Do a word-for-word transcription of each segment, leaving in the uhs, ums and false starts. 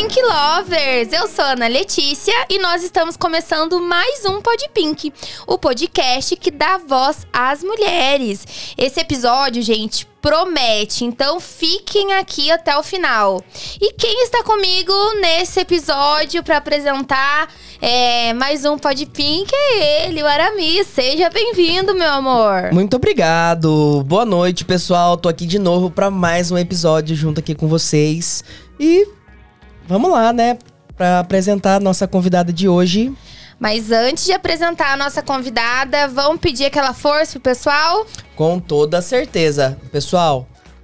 Pink Lovers! Eu sou a Ana Letícia e nós estamos começando mais um Pod Pink, o podcast que dá voz às mulheres. Esse episódio, gente, promete, então fiquem aqui até o final. E quem está comigo nesse episódio para apresentar é, mais um Pod Pink é ele, o Aramis. Seja bem-vindo, meu amor. Muito obrigado. Boa noite, pessoal. Tô aqui de novo para mais um episódio junto aqui com vocês. E vamos lá, né, para apresentar a nossa convidada de hoje. Mas antes de apresentar a nossa convidada, vamos pedir aquela força pro pessoal? Com toda certeza. Pessoal,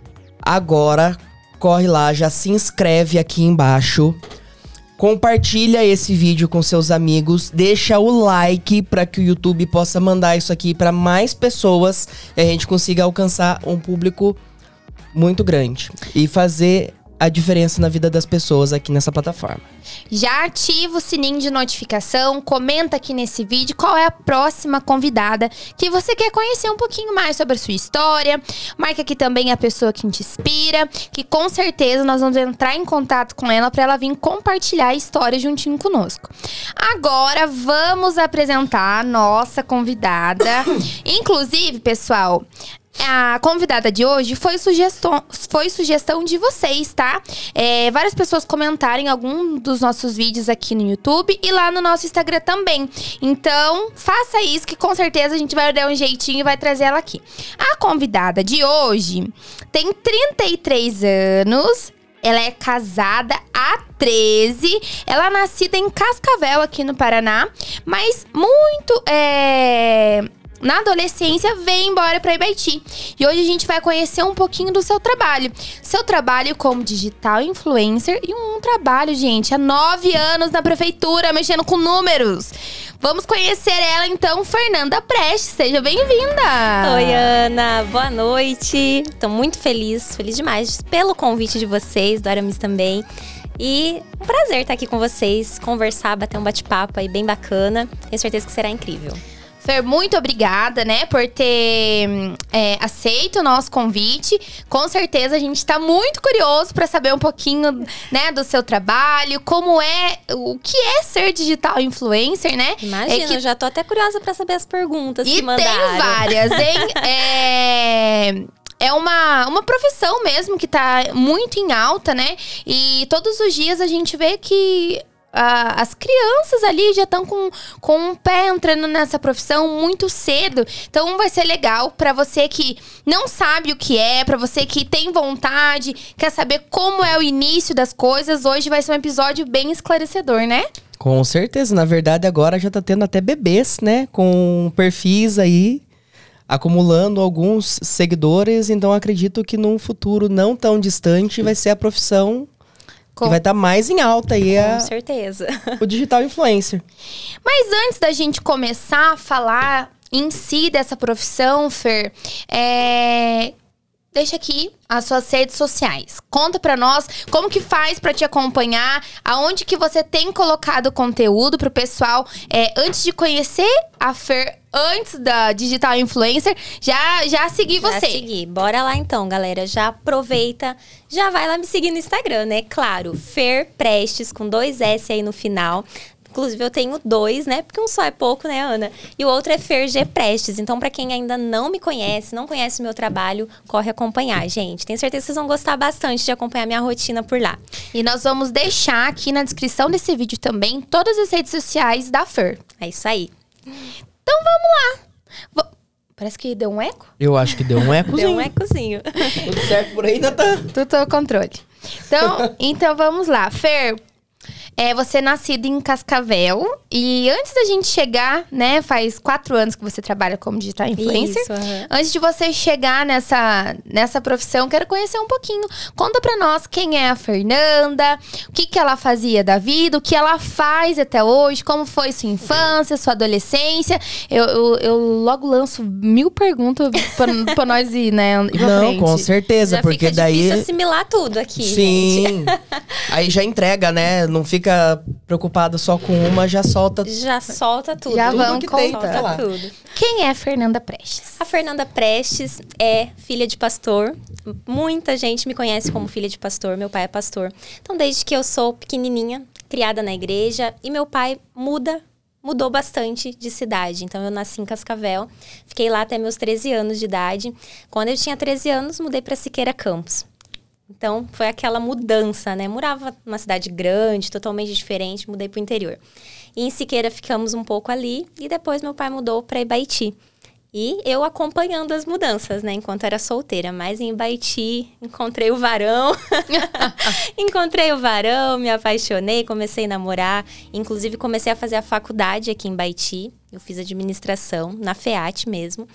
agora corre lá, já se inscreve aqui embaixo. Compartilha esse vídeo com seus amigos. Deixa o like para que o YouTube possa mandar isso aqui para mais pessoas. E a gente consiga alcançar um público muito grande. E fazer a diferença na vida das pessoas aqui nessa plataforma. Já ativa o sininho de notificação, comenta aqui nesse vídeo qual é a próxima convidada que você quer conhecer um pouquinho mais sobre a sua história. Marca aqui também a pessoa que te inspira, que com certeza nós vamos entrar em contato com ela para ela vir compartilhar a história juntinho conosco. Agora vamos apresentar a nossa convidada. Inclusive, pessoal, a convidada de hoje foi sugestão, foi sugestão de vocês, tá? É, várias pessoas comentaram em algum dos nossos vídeos aqui no YouTube e lá no nosso Instagram também. Então, faça isso que com certeza a gente vai dar um jeitinho e vai trazer ela aqui. A convidada de hoje tem trinta e três anos. Ela é casada há treze. Ela é nascida em Cascavel, aqui no Paraná. Mas muito... É... Na adolescência, veio embora para Ibaiti. E hoje a gente vai conhecer um pouquinho do seu trabalho. Seu trabalho como digital influencer e um trabalho, gente, há nove anos na prefeitura, mexendo com números. Vamos conhecer ela, então, Fernanda Prestes. Seja bem-vinda! Oi, Ana. Boa noite. Tô muito feliz, feliz demais pelo convite de vocês, do Aramis também. E um prazer estar aqui com vocês, conversar, bater um bate-papo aí bem bacana. Tenho certeza que será incrível. Fer, muito obrigada, né, por ter é, aceito o nosso convite. Com certeza a gente está muito curioso para saber um pouquinho, né, do seu trabalho, como é, o que é ser digital influencer, né? Imagina, é que... eu já tô até curiosa para saber as perguntas e que mandaram. E tem várias, hein? é... É uma, uma profissão mesmo que tá muito em alta, né? E todos os dias a gente vê que Uh, as crianças ali já estão com, com um pé entrando nessa profissão muito cedo. Então vai ser legal para você que não sabe o que é, para você que tem vontade, quer saber como é o início das coisas. Hoje vai ser um episódio bem esclarecedor, né? Com certeza. Na verdade, agora já tá tendo até bebês, né? Com perfis aí, acumulando alguns seguidores. Então acredito que num futuro não tão distante vai ser a profissão Com... que vai estar tá mais em alta aí. Com a... certeza. O digital influencer. Mas antes da gente começar a falar em si dessa profissão, Fer, é... deixa aqui as suas redes sociais. Conta pra nós como que faz pra te acompanhar, aonde que você tem colocado conteúdo pro pessoal, é, antes de conhecer a Fer, antes da digital influencer, já, já seguir já você. Já seguir. Bora lá então, galera. Já aproveita, já vai lá me seguir no Instagram, né? Claro, Fer Prestes, com dois S aí no final. Inclusive, eu tenho dois, né? Porque um só é pouco, né, Ana? E o outro é Fer G Prestes. Então, pra quem ainda não me conhece, não conhece o meu trabalho, corre acompanhar, gente. Tenho certeza que vocês vão gostar bastante de acompanhar minha rotina por lá. E nós vamos deixar aqui na descrição desse vídeo também todas as redes sociais da Fer. É isso aí. Então, vamos lá. V- Parece que deu um eco? Eu acho que deu um ecozinho. Deu um ecozinho. Tudo certo por aí, Natan? Tudo ao controle. Então, então, vamos lá. Fer... É, você é nascido em Cascavel e antes da gente chegar, né, faz quatro anos que você trabalha como digital influencer. Isso, uhum. Antes de você chegar nessa, nessa profissão, quero conhecer um pouquinho. Conta pra nós quem é a Fernanda, o que, que ela fazia da vida, o que ela faz até hoje, como foi sua infância, sua adolescência. Eu, eu, eu logo lanço mil perguntas pra, pra nós ir, né, ir pra Não, frente. com certeza, já porque fica daí... difícil assimilar tudo aqui, Sim. gente. Aí já entrega, né? Não fica fica preocupada só com uma, já solta. Já solta tudo. Já Tudo vamos que tem contar. pra falar. Solta tudo. Quem é a Fernanda Prestes? A Fernanda Prestes é filha de pastor. Muita gente me conhece como filha de pastor. Meu pai é pastor. Então, desde que eu sou pequenininha, criada na igreja, e meu pai muda, mudou bastante de cidade. Então, eu nasci em Cascavel, fiquei lá até meus treze anos de idade. Quando eu tinha treze anos, mudei para Siqueira Campos. Então, foi aquela mudança, né? Morava numa cidade grande, totalmente diferente, mudei para o interior. E em Siqueira ficamos um pouco ali, e depois meu pai mudou para Ibaiti. E eu acompanhando as mudanças, né? Enquanto era solteira. Mas em Ibaiti, encontrei o varão. encontrei o varão, me apaixonei, comecei a namorar. Inclusive, comecei a fazer a faculdade aqui em Ibaiti. Eu fiz administração, na FEAT mesmo.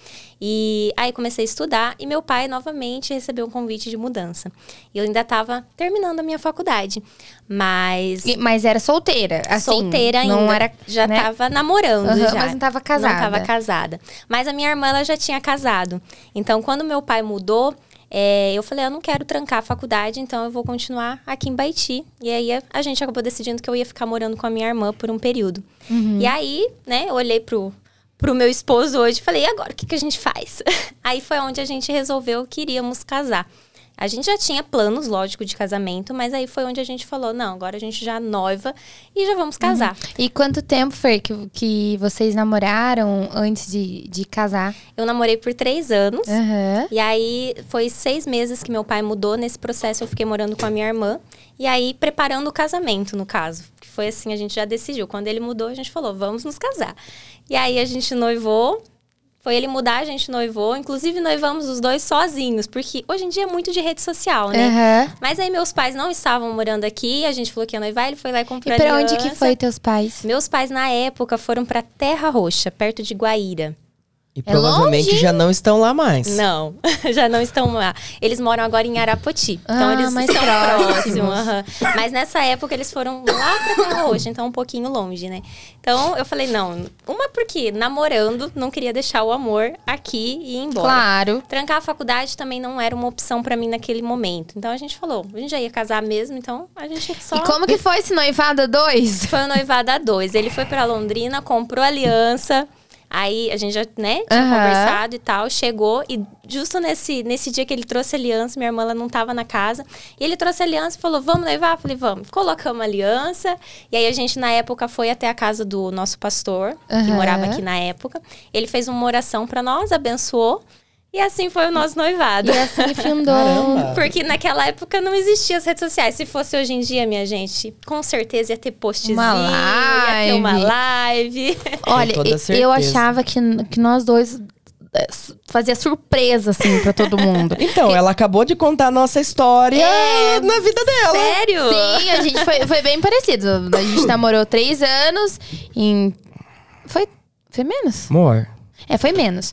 E aí comecei a estudar e meu pai novamente recebeu um convite de mudança. E eu ainda estava terminando a minha faculdade. Mas... E- Mas era solteira, assim. solteira ainda. Não era, já né? estava namorando Aham, já. mas não estava casada. Não estava casada. Mas a minha irmã, ela já tinha casado. Então, quando meu pai mudou, é, eu falei, eu não quero trancar a faculdade, então eu vou continuar aqui em Baiti. E aí, a, a gente acabou decidindo que eu ia ficar morando com a minha irmã por um período. Uhum. E aí, né, eu olhei pro, pro meu esposo hoje e falei, e agora, o que, que a gente faz? Aí foi onde a gente resolveu que iríamos casar. A gente já tinha planos, lógico, de casamento, mas aí foi onde a gente falou, não, agora a gente já noiva e já vamos casar. E quanto tempo, Fer, que, que vocês namoraram antes de, de casar? Eu namorei por três anos. Aham. E aí, foi seis meses que meu pai mudou. Nesse processo, eu fiquei morando com a minha irmã. E aí, preparando o casamento, no caso. Que foi assim, a gente já decidiu. Quando ele mudou, a gente falou, vamos nos casar. E aí, a gente noivou. Foi ele mudar, a gente noivou. Inclusive, noivamos os dois sozinhos. Porque hoje em dia é muito de rede social, né? Aham. Mas aí, meus pais não estavam morando aqui. A gente falou que ia noivar. Ele foi lá e comprou E pra aliança. onde que foi teus pais? Meus pais, na época, foram pra Terra Roxa, perto de Guaíra. E É provavelmente longe, já não estão lá mais. Não, já não estão lá. Eles moram agora em Arapoti. Então, Ah, eles mais estão próximos. próximos. aham. Mas nessa época, eles foram lá pra Terra Roxa. Então, um pouquinho longe, né? Então, eu falei, não. Uma porque namorando, não queria deixar o amor aqui e ir embora. Claro. Trancar a faculdade também não era uma opção pra mim naquele momento. Então, a gente falou, a gente já ia casar mesmo. Então, a gente só... E como que foi esse noivado a dois? Foi o noivado a dois. Ele foi pra Londrina, comprou aliança. Aí a gente já, né, tinha Aham. conversado e tal, chegou e justo nesse, nesse dia que ele trouxe a aliança, minha irmã ela não tava na casa, e ele trouxe a aliança e falou, vamos noivar? Eu falei, vamos. Colocamos a aliança, e aí a gente na época foi até a casa do nosso pastor, que Aham. morava aqui na época. Ele fez uma oração pra nós, abençoou, e assim foi o nosso noivado. E assim findou. Caramba. Porque naquela época não existiam as redes sociais. Se fosse hoje em dia, minha gente, com certeza ia ter postzinho, Uma ia ter uma live. live. Olha, toda e- eu certeza. achava que, que nós dois eh, su- fazia surpresa, assim, pra todo mundo. Então, ela acabou de contar a nossa história É, na vida dela. Sério? Sim, a gente foi, foi bem parecido. A gente namorou três anos em... Foi, foi menos? Amor, É, foi menos.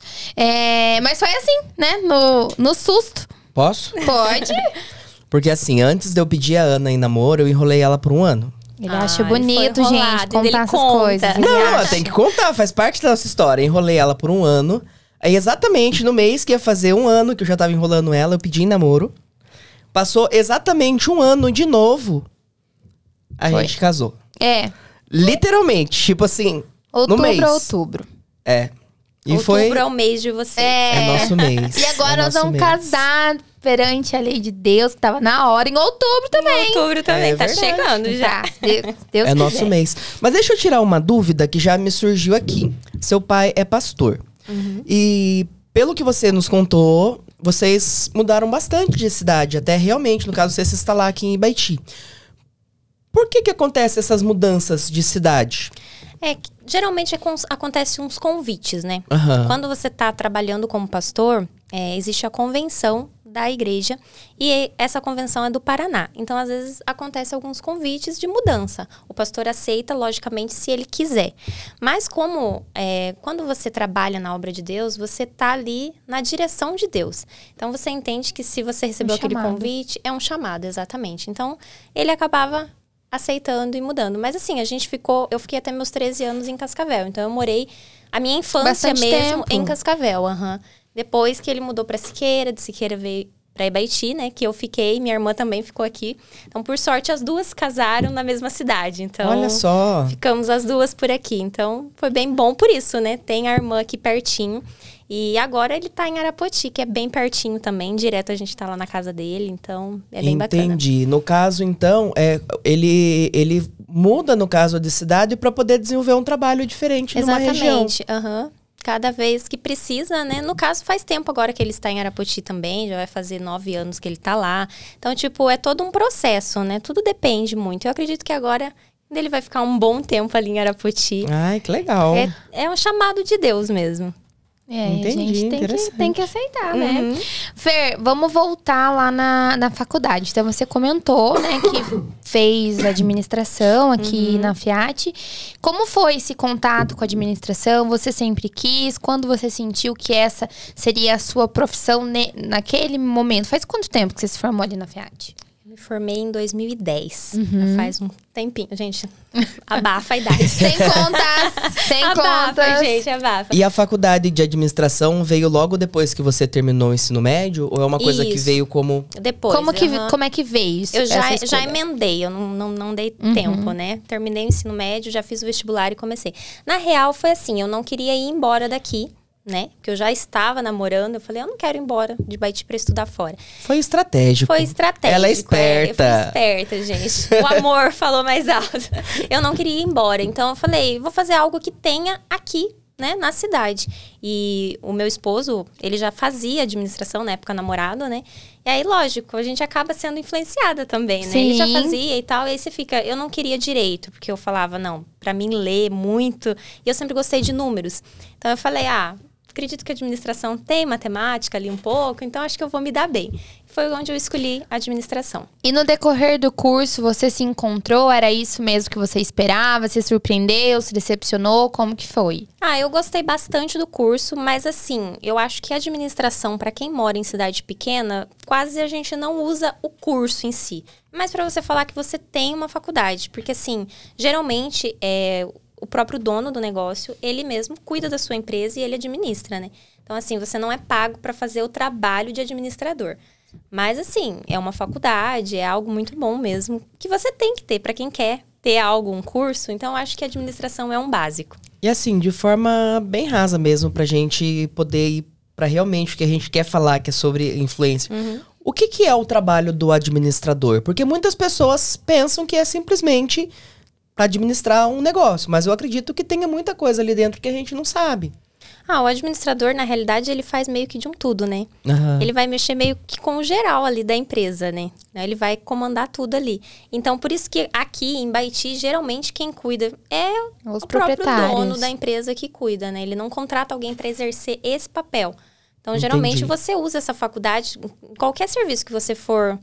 É, mas foi assim, né? No, no susto. posso? Pode. Porque assim, antes de eu pedir a Ana em namoro, eu enrolei ela por um ano. Ele Ah, acha ele foi bonito, enrolado, gente, ainda contar ele essas conta. coisas. Ele Não, acha. tem que contar, faz parte da nossa história. Enrolei ela por um ano. Aí, exatamente no mês que ia fazer um ano que eu já tava enrolando ela, eu pedi em namoro. Passou exatamente um ano de novo. A Foi. gente casou. É, Literalmente, tipo assim, outubro no mês. a outubro. É. E Outubro foi. é o mês de vocês. É nosso mês. E agora é nós nosso vamos mês. casar perante a lei de Deus, que tava na hora, em outubro também. Outubro também, É tá verdade. chegando já. Tá, se Deus, Deus É nosso quiser. mês. Mas deixa eu tirar uma dúvida que já me surgiu aqui. Seu pai é pastor. Uhum. E pelo que você nos contou, vocês mudaram bastante de cidade. Até realmente, no caso, você se instalar aqui em Ibaiti. Por que que acontecem essas mudanças de cidade? É, que geralmente é cons- acontece uns convites, né? Aham. Quando você tá trabalhando como pastor, é, existe a convenção da igreja e essa convenção é do Paraná. Então, às vezes, acontece alguns convites de mudança. O pastor aceita, logicamente, se ele quiser. Mas como é, quando você trabalha na obra de Deus, você tá ali na direção de Deus. Então, você entende que se você recebeu Um aquele chamado. convite, é um chamado, exatamente. Então, ele acabava aceitando e mudando. Mas assim, a gente ficou... Eu fiquei até meus treze anos em Cascavel. Então, eu morei a minha infância Bastante mesmo tempo. em Cascavel. aham. Depois que ele mudou pra Siqueira, de Siqueira veio pra Ibaiti, né? Que eu fiquei, minha irmã também ficou aqui. Então, por sorte, as duas casaram na mesma cidade. Então, olha só. Ficamos as duas por aqui. Então, foi bem bom por isso, né? Tem a irmã aqui pertinho. E agora ele tá em Arapoti, que é bem pertinho também. Direto a gente tá lá na casa dele, então é bem bacana. Entendi. No caso, então, é, ele, ele muda, no caso, de cidade para poder desenvolver um trabalho diferente numa região. Exatamente. Aham. Cada vez que precisa, né? No caso, faz tempo agora que ele está em Arapoti também. Já vai fazer nove anos que ele tá lá. Então, tipo, é todo um processo, né? Tudo depende muito. Eu acredito que agora ele vai ficar um bom tempo ali em Arapoti. Ai, que legal. É, é um chamado de Deus mesmo. É, Entendi, a gente tem que, tem que aceitar, né? Uhum. Fer, vamos voltar lá na, na faculdade. Então, você comentou, né, que fez administração aqui Uhum. na Fiat. Como foi esse contato com a administração? Você sempre quis? Quando você sentiu que essa seria a sua profissão ne- naquele momento? Faz quanto tempo que você se formou ali na Fiat? Me formei em dois mil e dez. Uhum. Já faz um tempinho. Gente, abafa a idade. Sem contas, sem abafa, contas. gente, abafa. E a faculdade de administração veio logo depois que você terminou o ensino médio? Ou é uma coisa que Isso. veio como... Depois. Como, que, aham. como é que veio isso? Eu já, essa já escolha? emendei, eu não, não, não dei Uhum. tempo, né? Terminei o ensino médio, já fiz o vestibular e comecei. Na real, foi assim, eu não queria ir embora daqui, né? Porque eu já estava namorando, eu falei, eu não quero ir embora de Ibaiti pra estudar fora. Foi estratégico. Foi estratégico. Ela é esperta. Eu fui esperta, gente. O amor falou mais alto. Eu não queria ir embora, então eu falei, vou fazer algo que tenha aqui, né, na cidade. E o meu esposo, ele já fazia administração na época namorado, né? E aí, lógico, a gente acaba sendo influenciada também, né? Ele já Sim. fazia e tal, e aí você fica... Eu não queria direito, porque eu falava, não, pra mim ler muito... E eu sempre gostei de números. Então eu falei, ah... Acredito que a administração tem matemática ali um pouco, então acho que eu vou me dar bem. Foi onde eu escolhi a administração. E no decorrer do curso, você se encontrou? Era isso mesmo que você esperava? Se surpreendeu? Se decepcionou? Como que foi? Ah, eu gostei bastante do curso, mas assim, eu acho que a administração, para quem mora em cidade pequena, quase a gente não usa o curso em si. Mas para você falar que você tem uma faculdade, porque assim, geralmente é... o próprio dono do negócio, ele mesmo cuida da sua empresa e ele administra, né? Então, assim, você não é pago para fazer o trabalho de administrador. Mas, assim, é uma faculdade, é algo muito bom mesmo, que você tem que ter para quem quer ter algo, um curso. Então, eu acho que a administração é um básico. E assim, de forma bem rasa mesmo, pra gente poder ir pra realmente o que a gente quer falar, que é sobre influência. Uhum. O que, que é o trabalho do administrador? Porque muitas pessoas pensam que é simplesmente administrar um negócio, mas eu acredito que tenha muita coisa ali dentro que a gente não sabe. Ah, o administrador, na realidade, ele faz meio que de um tudo, né? Aham. Ele vai mexer meio que com o geral ali da empresa, né? Ele vai comandar tudo ali. Então, por isso que aqui em Ibaiti, geralmente quem cuida é Os o próprio proprietários. dono da empresa que cuida, né? Ele não contrata alguém para exercer esse papel. Então, Entendi. geralmente, você usa essa faculdade, em qualquer serviço que você for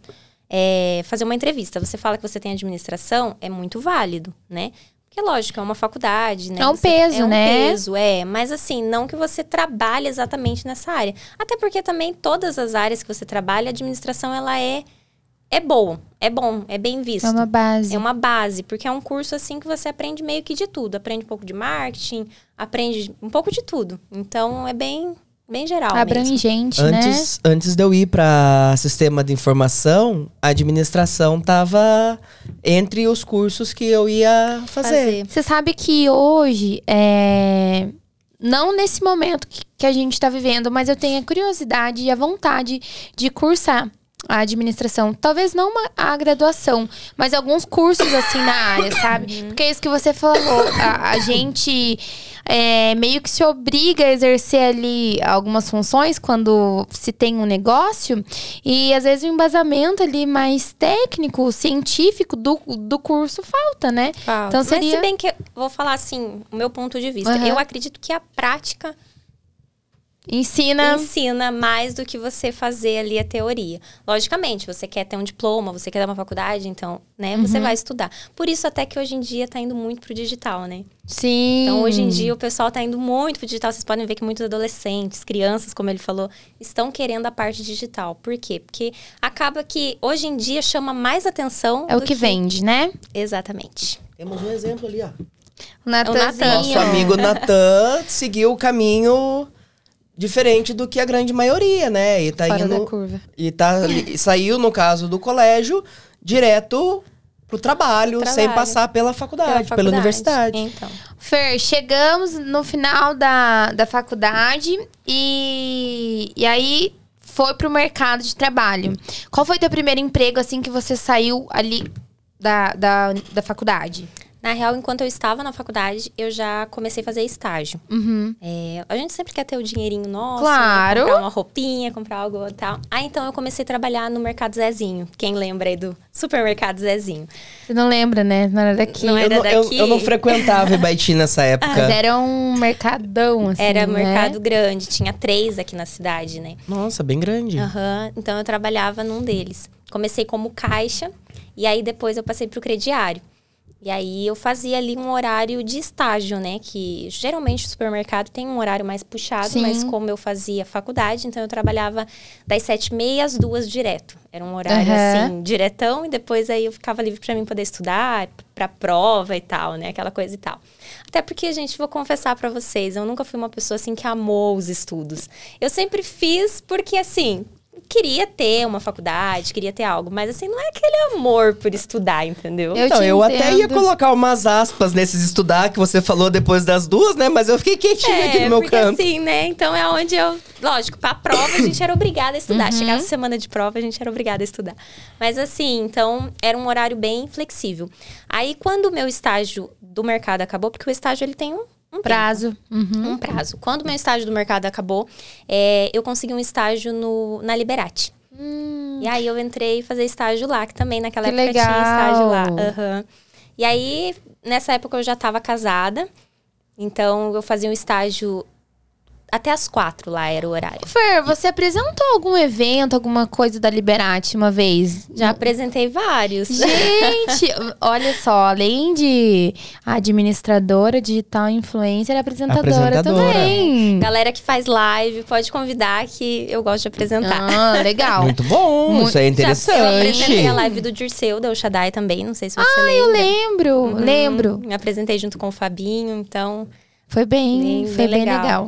é, fazer uma entrevista, você fala que você tem administração, é muito válido, né? Porque, lógico, é uma faculdade, né? É um Você- peso, é um né? peso, é. Mas, assim, não que você trabalhe exatamente nessa área. Até porque também todas as áreas que você trabalha, a administração, ela é, é boa. É bom, é bem visto. É uma base. É uma base, porque é um curso, assim, que você aprende meio que de tudo. Aprende um pouco de marketing, aprende um pouco de tudo. Então, é bem, bem geral mesmo. Abrangente, né? Antes, antes de eu ir para sistema de informação, a administração tava entre os cursos que eu ia fazer. Fazer. Você sabe que hoje, é... não nesse momento que, que a gente tá vivendo, mas eu tenho a curiosidade e a vontade de cursar a administração. Talvez não uma, a graduação, mas alguns cursos assim na área, sabe? Porque é isso que você falou. A, a gente é, meio que se obriga a exercer ali algumas funções quando se tem um negócio. E às vezes o embasamento ali mais técnico, científico do, do curso falta, né? Falta. Então seria... Mas se bem que, eu vou falar assim, o meu ponto de vista. Aham. Eu acredito que a prática Ensina... ensina mais do que você fazer ali a teoria. Logicamente, você quer ter um diploma, você quer dar uma faculdade, então, né, você vai estudar. Por isso até que hoje em dia tá indo muito pro digital, né? Sim. Então, hoje em dia, o pessoal tá indo muito pro digital. Vocês podem ver que muitos adolescentes, crianças, como ele falou, estão querendo a parte digital. Por quê? Porque acaba que, hoje em dia, chama mais atenção É o do que vende, né? Exatamente. Temos um exemplo ali, ó. O Natanzinho. Natan. Nosso amigo Natan seguiu o caminho diferente do que a grande maioria, né? E tá Fora indo. da curva. E tá, e saiu, no caso do colégio, direto pro trabalho, Trabalho. sem passar pela faculdade, Pela pela faculdade. universidade. Então. Fer, chegamos no final da, da faculdade e, e aí foi pro mercado de trabalho. Qual foi teu primeiro emprego, assim, que você saiu ali da, da, da faculdade? Na real, enquanto eu estava na faculdade, eu já comecei a fazer estágio. Uhum. É, a gente sempre quer ter o dinheirinho nosso, Claro. né? Comprar uma roupinha, comprar algo e tal. Ah, então eu comecei a trabalhar no Mercado Zezinho. Quem lembra aí do supermercado Zezinho? Você não lembra, né? Não era daqui. Não Eu era não, eu, daqui? eu não frequentava Ibaiti nessa época. Mas era um mercadão, assim, Era né? mercado grande, tinha três aqui na cidade, né? Nossa, bem grande. Aham, então eu trabalhava num deles. Comecei como caixa e aí depois eu passei pro crediário. E aí eu fazia ali um horário de estágio, né? Que geralmente o supermercado tem um horário mais puxado, Sim. mas como eu fazia faculdade, então eu trabalhava das sete e meia às duas direto. Era um horário Aham. assim, diretão, e depois aí eu ficava livre pra mim poder estudar, pra prova e tal, né? Aquela coisa e tal. Até porque, gente, vou confessar pra vocês, eu nunca fui uma pessoa assim que amou os estudos. Eu sempre fiz porque, assim, queria ter uma faculdade, queria ter algo, mas assim, não é aquele amor por estudar, entendeu? Eu Então, te eu até ia entendo. colocar umas aspas nesses estudar que você falou depois das duas, né? Mas eu fiquei quietinha aqui no meu É, porque canto. assim, né? Então é onde eu... Lógico, pra prova a gente era obrigada a estudar. Uhum. Chegava a semana de prova, a gente era obrigada a estudar. Mas assim, então era um horário bem flexível. Aí quando o meu estágio do mercado acabou, porque o estágio ele tem um, um Prazo. Uhum. tempo, um prazo. Quando o meu estágio do mercado acabou, é, eu consegui um estágio no, na Liberati. Hum, E aí eu entrei fazer estágio lá, que também naquela Que época tinha estágio lá. legal. Aham. E aí, nessa época eu já estava casada. Então eu fazia um estágio até as quatro lá era o horário. Fer, você apresentou algum evento, alguma coisa da Liberati uma vez? Já apresentei vários. Gente, olha só, além de administradora, digital influencer, apresentadora, Apresentadora. também. Galera que faz live, pode convidar que eu gosto de apresentar. Ah, legal. Muito bom, Muito- isso é Já eu apresentei interessante. a live do Dirceu, da Oxadai também, não sei se você Ah, lembra. eu lembro, Uhum. lembro. Me apresentei junto com o Fabinho, então... Foi bem, Bem- foi bem bem legal. legal.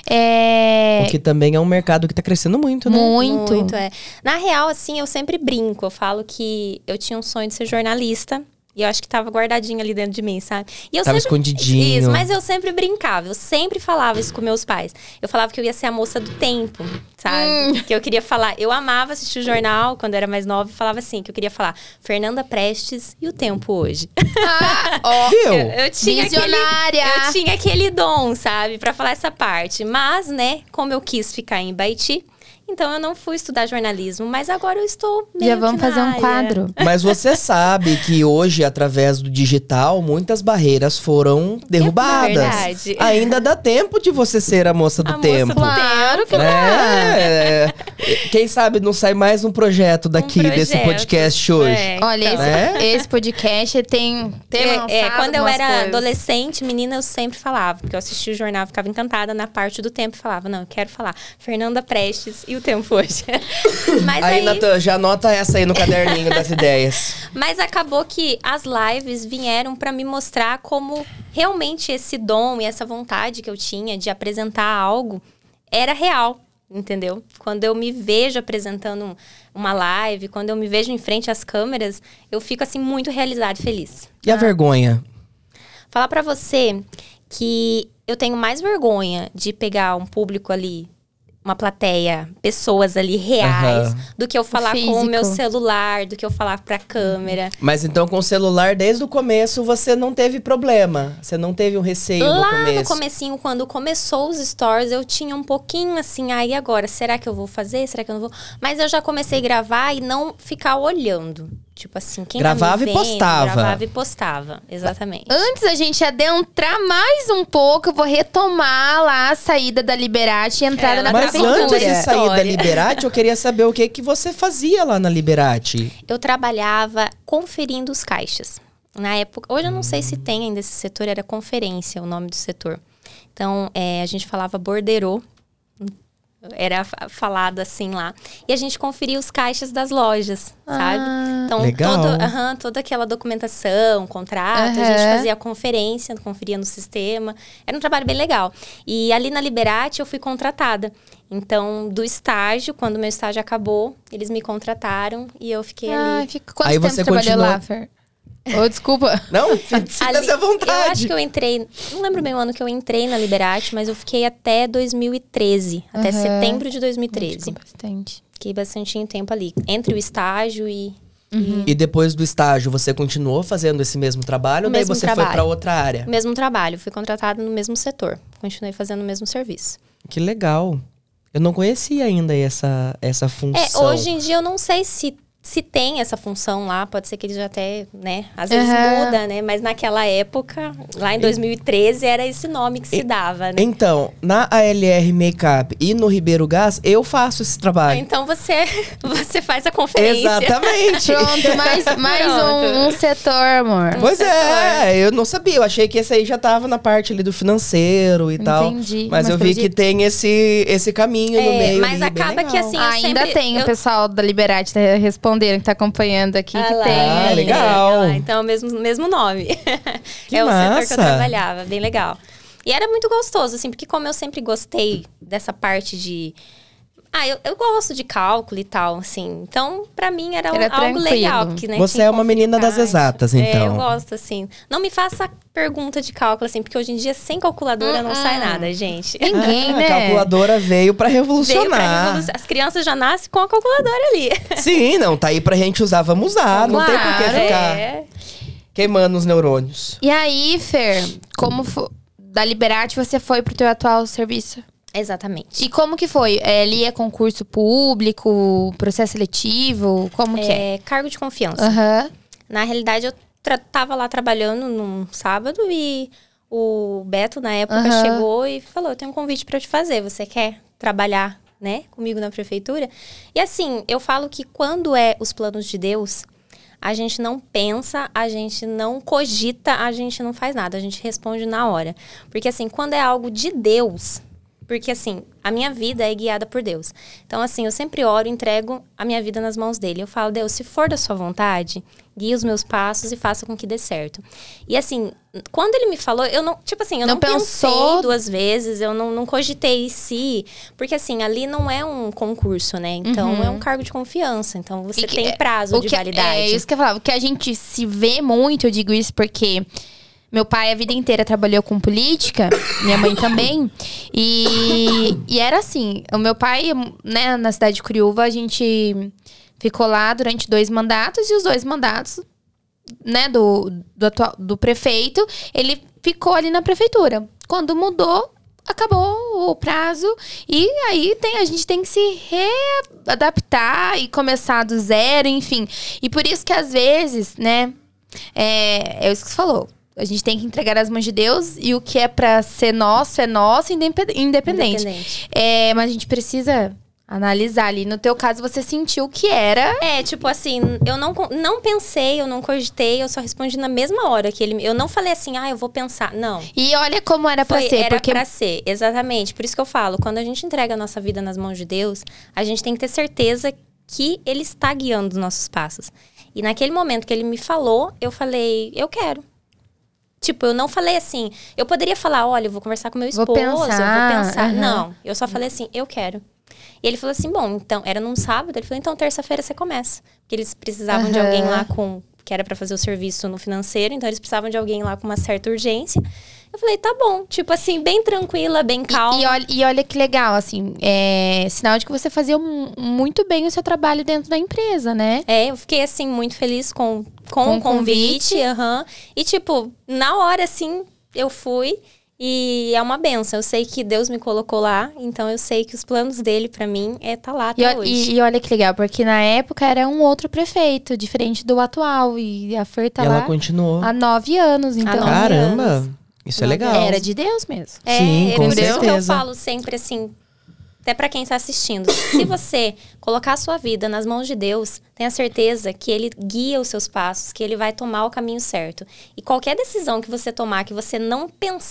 É, Porque também é um mercado que tá crescendo muito, né? muito. Muito, é. Na real, assim, eu sempre brinco. Eu falo que eu tinha um sonho de ser jornalista. E eu acho que tava guardadinho ali dentro de mim, sabe? E eu Tava sempre... escondidinho. Isso, mas eu sempre brincava. Eu sempre falava isso com meus pais. Eu falava que eu ia ser a moça do tempo, sabe? Que eu queria falar... Eu amava assistir o jornal quando eu era mais nova. E falava assim, que eu queria falar... Fernanda Prestes e o tempo hoje. Ah, ó, Viu? Eu, eu tinha Visionária! Aquele, eu tinha aquele dom, sabe? Pra falar essa parte. Mas, né, como eu quis ficar em Ibaiti... Então, eu não fui estudar jornalismo, mas agora eu estou meio já vamos que na fazer um área. quadro. Mas você sabe que hoje, através do digital, muitas barreiras foram derrubadas. verdade. Ainda dá tempo de você ser a moça do A moça tempo. do Claro que dá. É, quem sabe não sai mais um projeto daqui, Um desse projeto. podcast hoje. É, Olha, então. esse, Né? esse podcast tem, tem É, lançado é, quando eu algumas era coisas. adolescente, menina, eu sempre falava, porque eu assistia o jornal, ficava encantada na parte do tempo e falava, não, eu quero falar Fernanda Prestes e o tempo hoje. Mas Aí, aí, Natan, já anota essa aí no caderninho das ideias. mas acabou que as lives vieram pra me mostrar como realmente esse dom e essa vontade que eu tinha de apresentar algo era real, entendeu? Quando eu me vejo apresentando um- uma live, quando eu me vejo em frente às câmeras, eu fico assim muito realizada e feliz. E a vergonha? Falar pra você que eu tenho mais vergonha de pegar um público ali, uma plateia, pessoas ali reais, Aham. do que eu falar com o físico. meu celular, do que eu falar pra câmera. Mas então, com o celular, desde o começo, você não teve problema. Você não teve um receio no Lá começo. no comecinho, quando começou os stories, eu tinha um pouquinho assim, aí agora, será que eu vou fazer? Será que eu não vou? Mas eu já comecei a gravar e não ficar olhando. Tipo assim, quem Gravava tá e me vendo, postava. Gravava e postava, exatamente. Antes da gente adentrar mais um pouco, eu vou retomar lá a saída da Liberati e a entrada É, na ela Mas prefeitura. antes de prefeitura. sair da História. Liberati, eu queria saber o que, que você fazia lá na Liberati. Eu trabalhava conferindo os caixas. Na época, hoje eu não sei se tem ainda esse setor, era conferência o nome do setor. Então, é, a gente falava borderô. era falado assim lá. E a gente conferia os caixas das lojas, Ah, sabe? Então, legal. todo, uhum, toda aquela documentação, contrato, Uhum. a gente fazia a conferência, conferia no sistema. Era um trabalho bem legal. E ali na Liberati eu fui contratada. Então, do estágio, quando meu estágio acabou, eles me contrataram e eu fiquei ah, ali. fica... Quanto Aí tempo você trabalhou continua- lá, Fer? Ô, desculpa. Não, sinta-se Ali- à vontade. Eu acho que eu entrei, não lembro bem o ano que eu entrei na Liberati, mas eu fiquei até dois mil e treze, até Uhum. setembro de dois mil e treze. Ficou bastante. Fiquei bastante tempo ali, entre o estágio e... Uhum. E depois do estágio, você continuou fazendo esse mesmo trabalho? Ou daí Mesmo você foi trabalho. pra outra área? o mesmo trabalho, fui contratada no mesmo setor. Continuei fazendo o mesmo serviço. Que legal. Eu não conhecia ainda essa, essa função. É, hoje em dia eu não sei se, se tem essa função lá, pode ser que eles já até, né, às vezes Uhum. muda, né? Mas naquela época, lá em dois mil e treze, era esse nome que se dava, né? Então, na A L R Makeup e no Ribeiro Gás, eu faço esse trabalho. Então você, você faz a conferência. Exatamente. Pronto, mais, mais Pronto. um, um setor, amor. Pois setor. é, eu não sabia. Eu achei que esse aí já tava na parte ali do financeiro e tal. Entendi. Mas, Mas eu pelo vi que jeito- tem esse, esse caminho no É, meio. mas ali, bem acaba que, legal. assim, eu Ainda sempre- tem o eu- pessoal da Liberati tá respondendo, que tá acompanhando aqui, Ah que lá, tem. Ah, é, legal. é lá. Então, é o mesmo, mesmo nome. Que é o setor que massa. eu trabalhava, bem legal. E era muito gostoso, assim, porque como eu sempre gostei dessa parte de... Ah, eu, eu gosto de cálculo e tal, assim. Então, pra mim, era, Era algo tranquilo. legal. Porque, né, Você tinha é uma menina das caixa. exatas, É, então. eu gosto, assim. Não me faça pergunta de cálculo, assim, porque hoje em dia, sem calculadora, não Hum, sai hum. nada, gente. Ninguém, Ah, né? A calculadora veio pra Veio revolucionar. pra revolucionar. As crianças já nascem com a calculadora ali. Sim, não, tá aí pra gente usar, vamos usar. Não tem por que Claro. ficar É. queimando os neurônios. E aí, Fer, como fo- da Liberati você foi pro teu atual serviço? Exatamente. E como que foi? É, ali é concurso público, processo seletivo, como que é? É, cargo de confiança. Aham. Na realidade, eu tra- tava lá trabalhando num sábado e o Beto, na época, Aham. chegou e falou: eu tenho um convite pra te fazer. Você quer trabalhar, né, comigo na prefeitura? E assim, eu falo que quando é os planos de Deus, a gente não pensa, a gente não cogita, a gente não faz nada. A gente responde na hora. Porque assim, quando é algo de Deus... Porque, assim, a minha vida é guiada por Deus. Então, assim, eu sempre oro e entrego a minha vida nas mãos dele. Eu falo, Deus, se for da sua vontade, guie os meus passos e faça com que dê certo. E, assim, quando ele me falou, eu não... Tipo assim, eu Não não, pensou? pensei duas vezes, eu não, não cogitei se... Porque, assim, ali não é um concurso, né? Então, Uhum. é um cargo de confiança. Então, você E que- tem prazo O de que- validade. É isso que eu falava. O que a gente se vê muito, eu digo isso porque meu pai a vida inteira trabalhou com política, minha mãe também. E, e era assim, o meu pai, né, na cidade de Curiúva, a gente ficou lá durante dois mandatos e os dois mandatos, né, do, do, atual, do prefeito, ele ficou ali na prefeitura. Quando mudou, acabou o prazo e aí tem, a gente tem que se readaptar e começar do zero, enfim. E por isso que às vezes, né, é, é isso que você falou. A gente tem que entregar as mãos de Deus e o que é pra ser nosso, é nosso, independ- independente. Independente. É, mas a gente precisa analisar ali. No teu caso, você sentiu o que era. É, tipo assim, eu não, con- não pensei, eu não cogitei, eu só respondi na mesma hora que ele... Eu não falei assim, ah, eu vou pensar. Não. E olha como era pra Foi, ser. era porque pra ser, exatamente. Por isso que eu falo, quando a gente entrega a nossa vida nas mãos de Deus, a gente tem que ter certeza que Ele está guiando os nossos passos. E naquele momento que Ele me falou, eu falei, eu quero. Tipo, eu não falei assim... Eu poderia falar, olha, eu vou conversar com meu Vou esposo, eu vou pensar, pensar. aham. Não, eu só falei assim, eu quero. E ele falou assim, bom, então, era num sábado. Ele falou, então, terça-feira você começa. Porque eles precisavam de Aham. alguém lá com... Que era pra fazer o serviço no financeiro. Então, eles precisavam de alguém lá com uma certa urgência. Eu falei, tá bom. Tipo assim, bem tranquila, bem calma. E, e olha, e olha que legal, assim, é sinal de que você fazia mu- muito bem o seu trabalho dentro da empresa, né? É, eu fiquei, assim, muito feliz com, com, Com o o convite. convite. aham. E, tipo, na hora, assim, eu fui. E é uma benção. Eu sei que Deus me colocou lá. Então, eu sei que os planos dele pra mim é tá lá E, até o- hoje. e- e olha que legal, porque na época era um outro prefeito, diferente do atual. E a Fer tá E ela lá continuou. há nove anos, então. nove Caramba, anos. isso é Nove legal. anos. Era de Deus mesmo. É, Sim, com por isso que eu certeza. falo sempre assim, até pra quem tá assistindo. Se você colocar a sua vida nas mãos de Deus, tenha certeza que Ele guia os seus passos, que Ele vai tomar o caminho certo. E qualquer decisão que você tomar, que você não pensar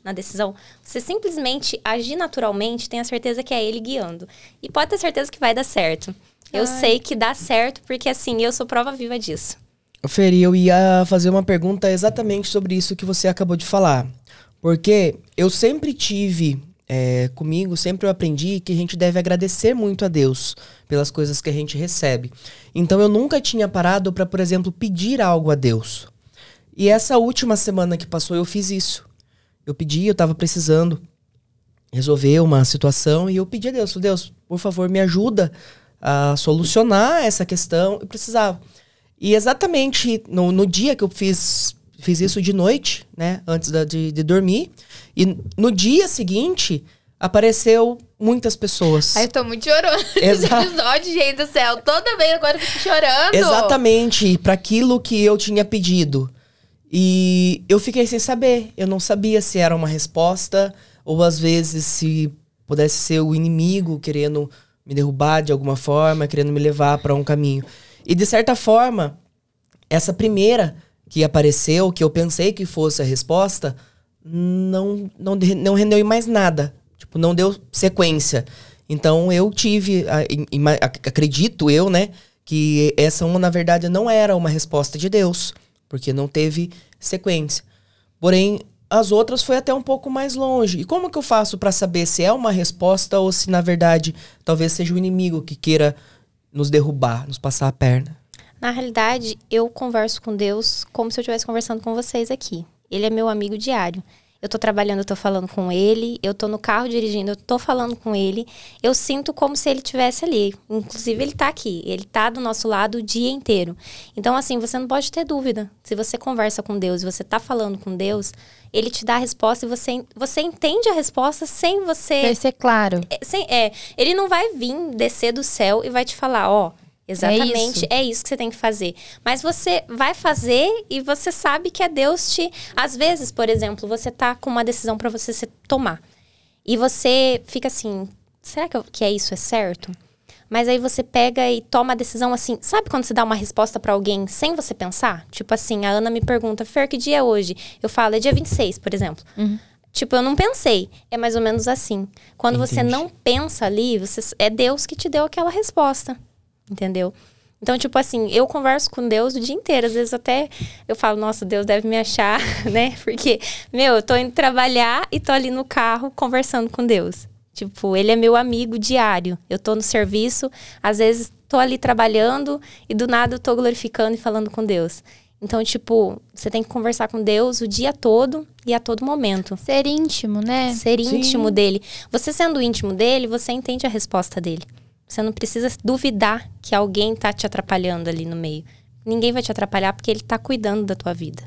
na decisão, você simplesmente agir naturalmente, tenha certeza que é ele guiando. E pode ter certeza que vai dar certo. Eu Ai. sei que dá certo, porque assim, eu sou prova viva disso. Feri, eu ia fazer uma pergunta exatamente sobre isso que você acabou de falar. Porque eu sempre tive, é, comigo, sempre eu aprendi que a gente deve agradecer muito a Deus pelas coisas que a gente recebe. Então eu nunca tinha parado para, por exemplo, pedir algo a Deus. E essa última semana que passou eu fiz isso. Eu pedi, eu tava precisando resolver uma situação e eu pedi a Deus, falei, Deus, por favor, me ajuda a solucionar essa questão. Eu precisava. E exatamente no, no dia que eu fiz, fiz isso de noite, né, antes da, de, de dormir, e no dia seguinte apareceu muitas pessoas. Ai, eu tô muito chorando nesse episódio, gente do céu. Toda vez agora eu fico chorando. Exatamente, para aquilo que eu tinha pedido. E eu fiquei sem saber. Eu não sabia se era uma resposta ou às vezes se pudesse ser o inimigo querendo me derrubar de alguma forma, querendo me levar para um caminho. E de certa forma, essa primeira que apareceu, que eu pensei que fosse a resposta, não, não, não rendeu em mais nada. Tipo, não deu sequência. Então eu tive, acredito eu, né, que essa uma, na verdade, não era uma resposta de Deus. Porque não teve sequência. Porém, as outras foi até um pouco mais longe. E como que eu faço para saber se é uma resposta ou se, na verdade, talvez seja o inimigo que queira nos derrubar, nos passar a perna? Na realidade, eu converso com Deus como se eu estivesse conversando com vocês aqui. Ele é meu amigo diário. Eu tô trabalhando, eu tô falando com ele. Eu tô no carro dirigindo, eu tô falando com ele. Eu sinto como se ele estivesse ali. Inclusive, ele tá aqui. Ele tá do nosso lado o dia inteiro. Então, assim, você não pode ter dúvida. Se você conversa com Deus e você tá falando com Deus, ele te dá a resposta e você, você entende a resposta sem você... Vai ser claro. É, sem, é, ele não vai vir descer do céu e vai te falar, ó... Exatamente, é isso. é isso que você tem que fazer. Mas você vai fazer e você sabe que é Deus te... Às vezes, por exemplo, você tá com uma decisão pra você se tomar. E você fica assim, será que, eu, que é isso, é certo? Mas aí você pega e toma a decisão assim... Sabe quando você dá uma resposta pra alguém sem você pensar? Tipo assim, a Ana me pergunta, Fer, que dia é hoje? Eu falo, é dia vinte e seis, por exemplo. Uhum. Tipo, eu não pensei. É mais ou menos assim. Quando Entendi. Você não pensa ali, você, é Deus que te deu aquela resposta. Entendeu? Então, tipo assim, eu converso com Deus o dia inteiro. Às vezes até eu falo, nossa, Deus deve me achar, né? Porque, meu, eu tô indo trabalhar e tô ali no carro conversando com Deus. Tipo, ele é meu amigo diário. Eu tô no serviço, às vezes tô ali trabalhando e do nada eu tô glorificando e falando com Deus. Então, tipo, você tem que conversar com Deus o dia todo e a todo momento. Ser íntimo, né? Ser Sim. íntimo dele. Você sendo íntimo dele, você entende a resposta dele. Você não precisa duvidar que alguém tá te atrapalhando ali no meio. Ninguém vai te atrapalhar porque ele tá cuidando da tua vida.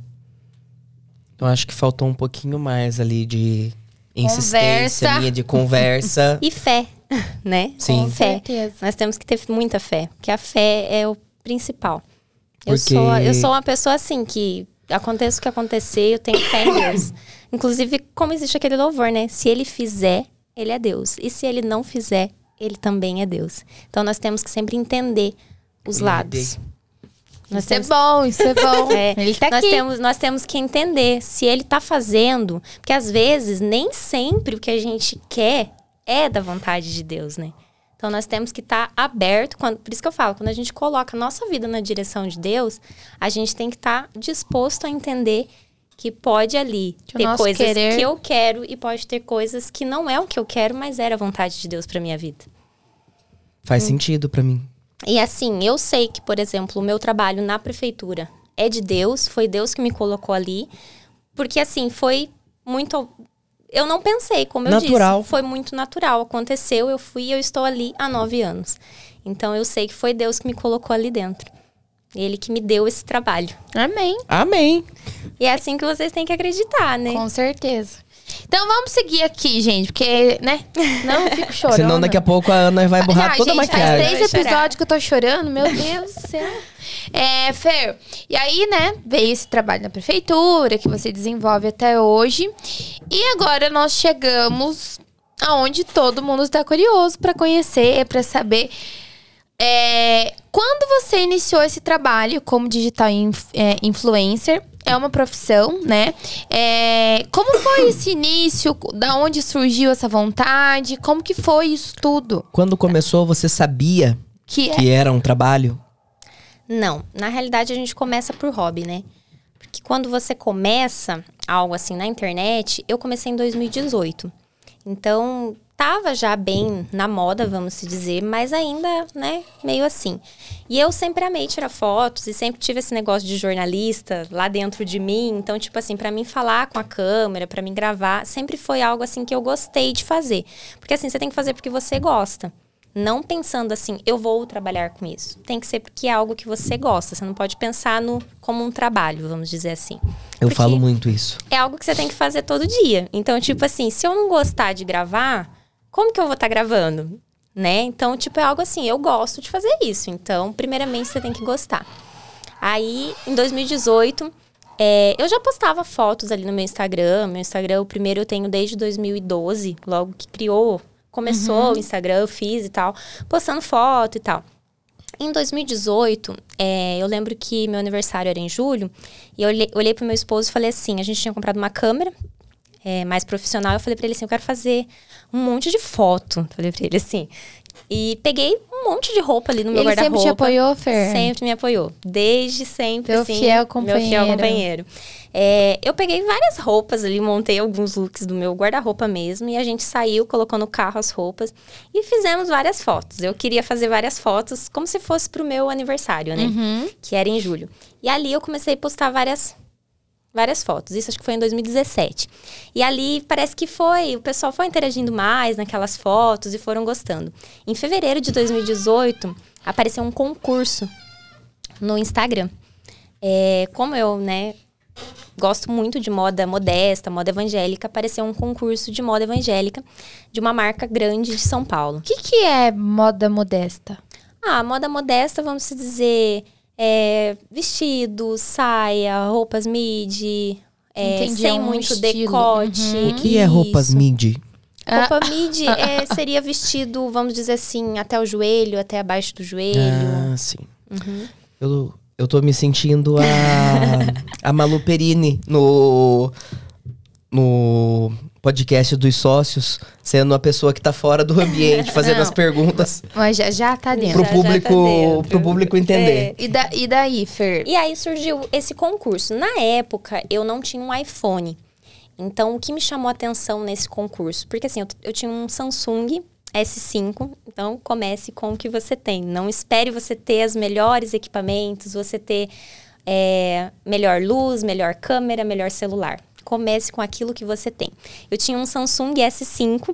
Eu acho que faltou um pouquinho mais ali de insistência, conversa. minha de conversa. E fé, né? Sim. Com fé. certeza. Nós temos que ter muita fé, porque a fé é o principal. Eu, Porque... sou, eu sou uma pessoa assim, que aconteça o que acontecer, eu tenho fé em Deus. Inclusive, como existe aquele louvor, né? Se ele fizer, ele é Deus. E se ele não fizer, ele também é Deus. Então, nós temos que sempre entender os lados. Nós isso temos... é bom, isso é bom. É, ele tá nós aqui. Temos, nós temos que entender se ele tá fazendo. Porque, às vezes, nem sempre o que a gente quer é da vontade de Deus, né? Então, nós temos que estar tá aberto. Quando, por isso que eu falo, quando a gente coloca a nossa vida na direção de Deus, a gente tem que estar tá disposto a entender que pode ali que ter coisas querer... que eu quero e pode ter coisas que não é o que eu quero, mas era a vontade de Deus pra minha vida. Faz hum. sentido pra mim. E assim, eu sei que, por exemplo, o meu trabalho na prefeitura é de Deus, foi Deus que me colocou ali, porque assim, foi muito... Eu não pensei, como eu natural. disse. Foi muito natural, aconteceu, eu fui e eu estou ali há nove anos. Então eu sei que foi Deus que me colocou ali dentro. Ele que me deu esse trabalho. Amém. Amém. E é assim que vocês têm que acreditar, né? Com certeza. Então vamos seguir aqui, gente, porque, né? Não, eu fico chorando. Senão daqui a pouco a Ana vai borrar ah, toda gente, a maquiagem. Faz três episódios que eu tô chorando, meu Deus do céu. É, Fer, e aí, né, veio esse trabalho na prefeitura, que você desenvolve até hoje. E agora nós chegamos aonde todo mundo está curioso para conhecer, para saber... É, quando você iniciou esse trabalho como digital inf, é, influencer, é uma profissão, né? É, como foi esse início? Da onde surgiu essa vontade? Como que foi isso tudo? Quando começou, você sabia Que, que era um trabalho? Não, na realidade a gente começa por hobby, né? Porque quando você começa algo assim na internet, eu comecei em dois mil e dezoito. Então, tava já bem na moda, vamos se dizer, mas ainda, né, meio assim. E eu sempre amei tirar fotos e sempre tive esse negócio de jornalista lá dentro de mim. Então, tipo assim, pra mim falar com a câmera, pra mim gravar, sempre foi algo assim que eu gostei de fazer. Porque assim, você tem que fazer porque você gosta. Não pensando assim, eu vou trabalhar com isso. Tem que ser porque é algo que você gosta. Você não pode pensar no como um trabalho, vamos dizer assim. Eu Porque falo muito isso. é algo que você tem que fazer todo dia. Então, tipo assim, se eu não gostar de gravar, como que eu vou estar gravando? Né? Então, tipo, é algo assim, eu gosto de fazer isso. Então, primeiramente, você tem que gostar. Aí, em dois mil e dezoito, é, eu já postava fotos ali no meu Instagram. Meu Instagram, o primeiro eu tenho desde dois mil e doze, logo que criou... Começou Uhum. o Instagram, eu fiz e tal, postando foto e tal. Em dois mil e dezoito, é, eu lembro que meu aniversário era em julho, e eu olhei, olhei pro meu esposo e falei assim, a gente tinha comprado uma câmera é, mais profissional, eu falei pra ele assim, eu quero fazer um monte de foto, falei pra ele assim. E peguei um monte de roupa ali no meu Ele guarda-roupa. sempre te apoiou, Fer? Sempre me apoiou. Desde sempre, Teu assim. fiel companheiro. Meu fiel companheiro. É, eu peguei várias roupas ali, montei alguns looks do meu guarda-roupa mesmo. E a gente saiu, colocou no carro as roupas. E fizemos várias fotos. Eu queria fazer várias fotos, como se fosse pro meu aniversário, né? Uhum. Que era em julho. E ali eu comecei a postar várias... Várias fotos. Isso acho que foi em dois mil e dezessete. E ali parece que foi... O pessoal foi interagindo mais naquelas fotos e foram gostando. Em fevereiro de dois mil e dezoito, apareceu um concurso no Instagram. É, como eu, né... Gosto muito de moda modesta, moda evangélica. Apareceu um concurso de moda evangélica de uma marca grande de São Paulo. O que, que é moda modesta? Ah, moda modesta, vamos se dizer... É, vestido, saia, roupas midi, é, Entendi, sem um muito estilo. decote. Uhum. O que é roupas Isso. midi? Roupa midi é, seria vestido, vamos dizer assim, até o joelho, até abaixo do joelho. Ah, sim. Uhum. Eu, eu tô me sentindo a, a Malu Perini no, no podcast dos sócios, sendo a pessoa que tá fora do ambiente, fazendo Não. as perguntas Mas já, já tá dentro. pro Já- já público, tá dentro. pro público entender. É. E, da, e daí, Fer? E aí surgiu esse concurso. Na época, eu não tinha um iPhone. Então, o que me chamou a atenção nesse concurso? Porque assim, eu, eu tinha um Samsung S cinco, então comece com o que você tem. Não espere você ter os melhores equipamentos, você ter é, melhor luz, melhor câmera, melhor celular. Comece com aquilo que você tem. Eu tinha um Samsung S cinco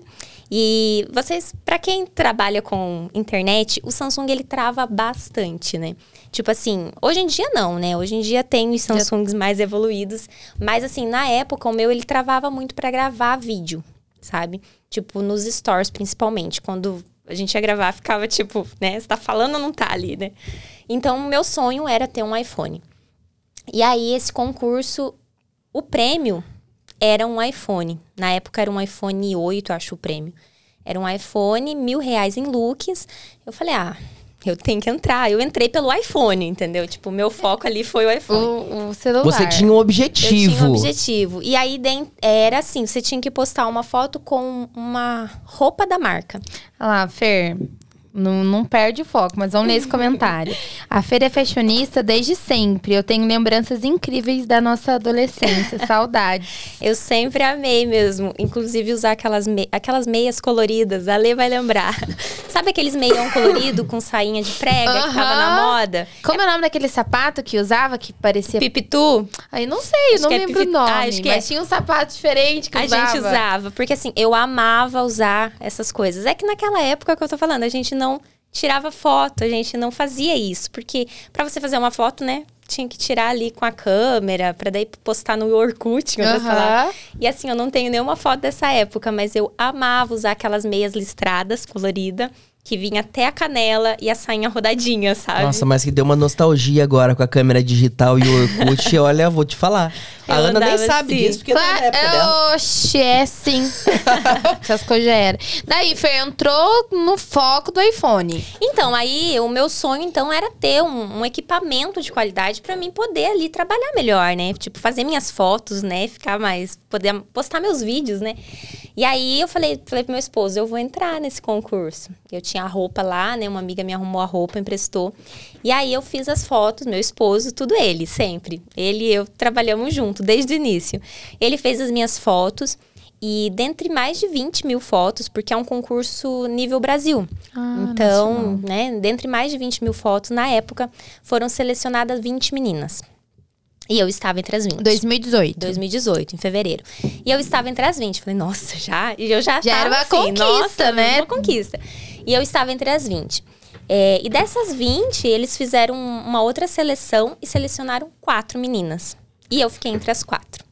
e vocês, para quem trabalha com internet, o Samsung ele trava bastante, né? Tipo assim, hoje em dia não, né? Hoje em dia tem os Samsungs mais evoluídos, mas assim, na época o meu ele travava muito para gravar vídeo, sabe? Tipo nos stories principalmente, quando a gente ia gravar ficava tipo, né, você tá falando ou não tá ali, né? Então, o meu sonho era ter um iPhone. E aí esse concurso, o prêmio era um iPhone. Na época era um iPhone oito, acho o prêmio. Era um iPhone, mil reais em looks. Eu falei, ah, eu tenho que entrar. Eu entrei pelo iPhone, entendeu? Tipo, o meu foco ali foi o iPhone. O, o celular. Você tinha um objetivo. Eu tinha um objetivo. E aí den- era assim, você tinha que postar uma foto com uma roupa da marca. Olha lá, Fer, não, não perde o foco, mas vamos ler esse comentário. A Fer é fashionista desde sempre. Eu tenho lembranças incríveis da nossa adolescência. Saudades. Eu sempre amei mesmo, inclusive usar aquelas, me- aquelas meias coloridas. A Lê vai lembrar. Sabe aqueles meião colorido com sainha de prega que tava na Aham. moda? Como é o nome daquele sapato que usava, que parecia... Pipitu? Aí não sei, Acho não que é lembro pipi- o nome. Ah, acho que mas é. tinha um sapato diferente que A usava. gente usava, porque assim, eu amava usar essas coisas. É que naquela época que eu tô falando, a gente não tirava foto, a gente não fazia isso. Porque pra você fazer uma foto, né, tinha que tirar ali com a câmera, pra daí postar no Orkut, em outras Aham. palavras. E assim, eu não tenho nenhuma foto dessa época, mas eu amava usar aquelas meias listradas, coloridas, que vinha até a canela e a sainha rodadinha, sabe? Nossa, mas que deu uma nostalgia agora com a câmera digital e o Orkut. Olha, vou te falar. A Eu Ana nem andava sabe assim. disso, porque não é da época dela. Oxi, é sim. Essas coisas já eram. Daí, Fer, entrou no foco do iPhone. Então, aí, o meu sonho, então, era ter um, um equipamento de qualidade pra mim poder ali trabalhar melhor, né? Tipo, fazer minhas fotos, né? Ficar mais... Poder postar meus vídeos, né? E aí, eu falei, falei pro meu esposo, eu vou entrar nesse concurso. Eu tinha a roupa lá, né? Uma amiga me arrumou a roupa, emprestou. E aí, eu fiz as fotos, meu esposo, tudo ele, sempre. Ele e eu trabalhamos junto, desde o início. Ele fez as minhas fotos. E dentre mais de vinte mil fotos, porque é um concurso nível Brasil. Ah, então, nacional. né, dentre mais de vinte mil fotos, na época, foram selecionadas vinte meninas. E eu estava entre as vinte. dois mil e dezoito. dois mil e dezoito, em fevereiro. E eu estava entre as vinte. Falei, nossa, já? E eu já Já era tava uma assim, conquista, nossa, né? Uma conquista. E eu estava entre as vinte. É, e dessas vinte, eles fizeram uma outra seleção e selecionaram quatro meninas. E eu fiquei entre as quatro.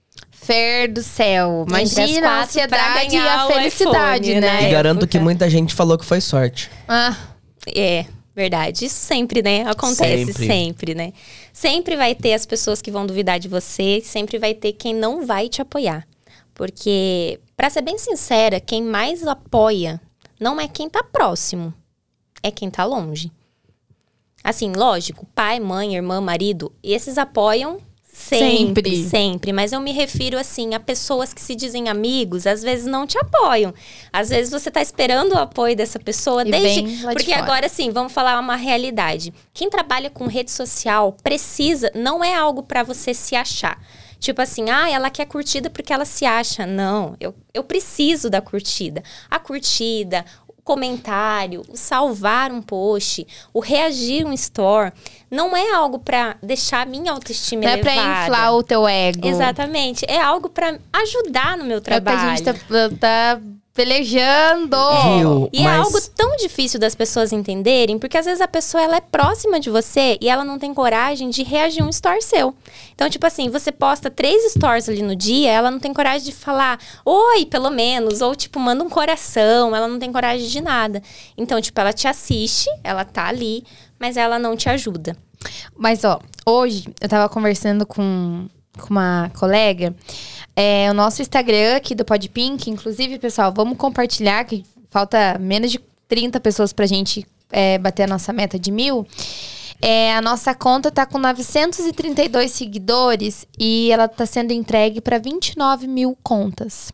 Fer do céu. Entre as Imagina a quatro ansiedade pra e ganhar a o felicidade, iPhone, né? E É, garanto época. que muita gente falou que foi sorte. Ah, É, verdade. Isso sempre, né? Acontece Sempre. sempre. né? Sempre vai ter as pessoas que vão duvidar de você, sempre vai ter quem não vai te apoiar. Porque, pra ser bem sincera, quem mais apoia não é quem tá próximo, é quem tá longe. Assim, lógico, pai, mãe, irmã, marido, esses apoiam sempre, Sempre. sempre. Mas eu me refiro, assim, a pessoas que se dizem amigos, às vezes não te apoiam. Às vezes você tá esperando o apoio dessa pessoa E desde... vem lá de Porque fora. agora, assim, vamos falar uma realidade. Quem trabalha com rede social precisa, não é algo pra você se achar. Tipo assim, ah, ela quer curtida porque ela se acha. Não, eu, eu preciso da curtida. A curtida, o comentário, o salvar um post, o reagir um store, não é algo pra deixar a minha autoestima não é elevada. pra inflar o teu ego. Exatamente. É algo pra ajudar no meu É o que trabalho. a gente tá, tá pelejando. Viu? E é Mas- algo tão difícil das pessoas entenderem, porque às vezes a pessoa ela é próxima de você e ela não tem coragem de reagir a um story seu. Então, tipo assim, você posta três stories ali no dia, ela não tem coragem de falar oi, pelo menos, ou tipo, manda um coração, ela não tem coragem de nada. Então, tipo, ela te assiste, ela tá ali, mas ela não te ajuda. Mas, ó, hoje eu tava conversando com, com uma colega. É, o nosso Instagram aqui do Podpink, inclusive, pessoal, vamos compartilhar, que falta menos de trinta pessoas pra gente é, bater a nossa meta de mil. É, a nossa conta tá com novecentos e trinta e dois seguidores e ela tá sendo entregue para vinte e nove mil contas.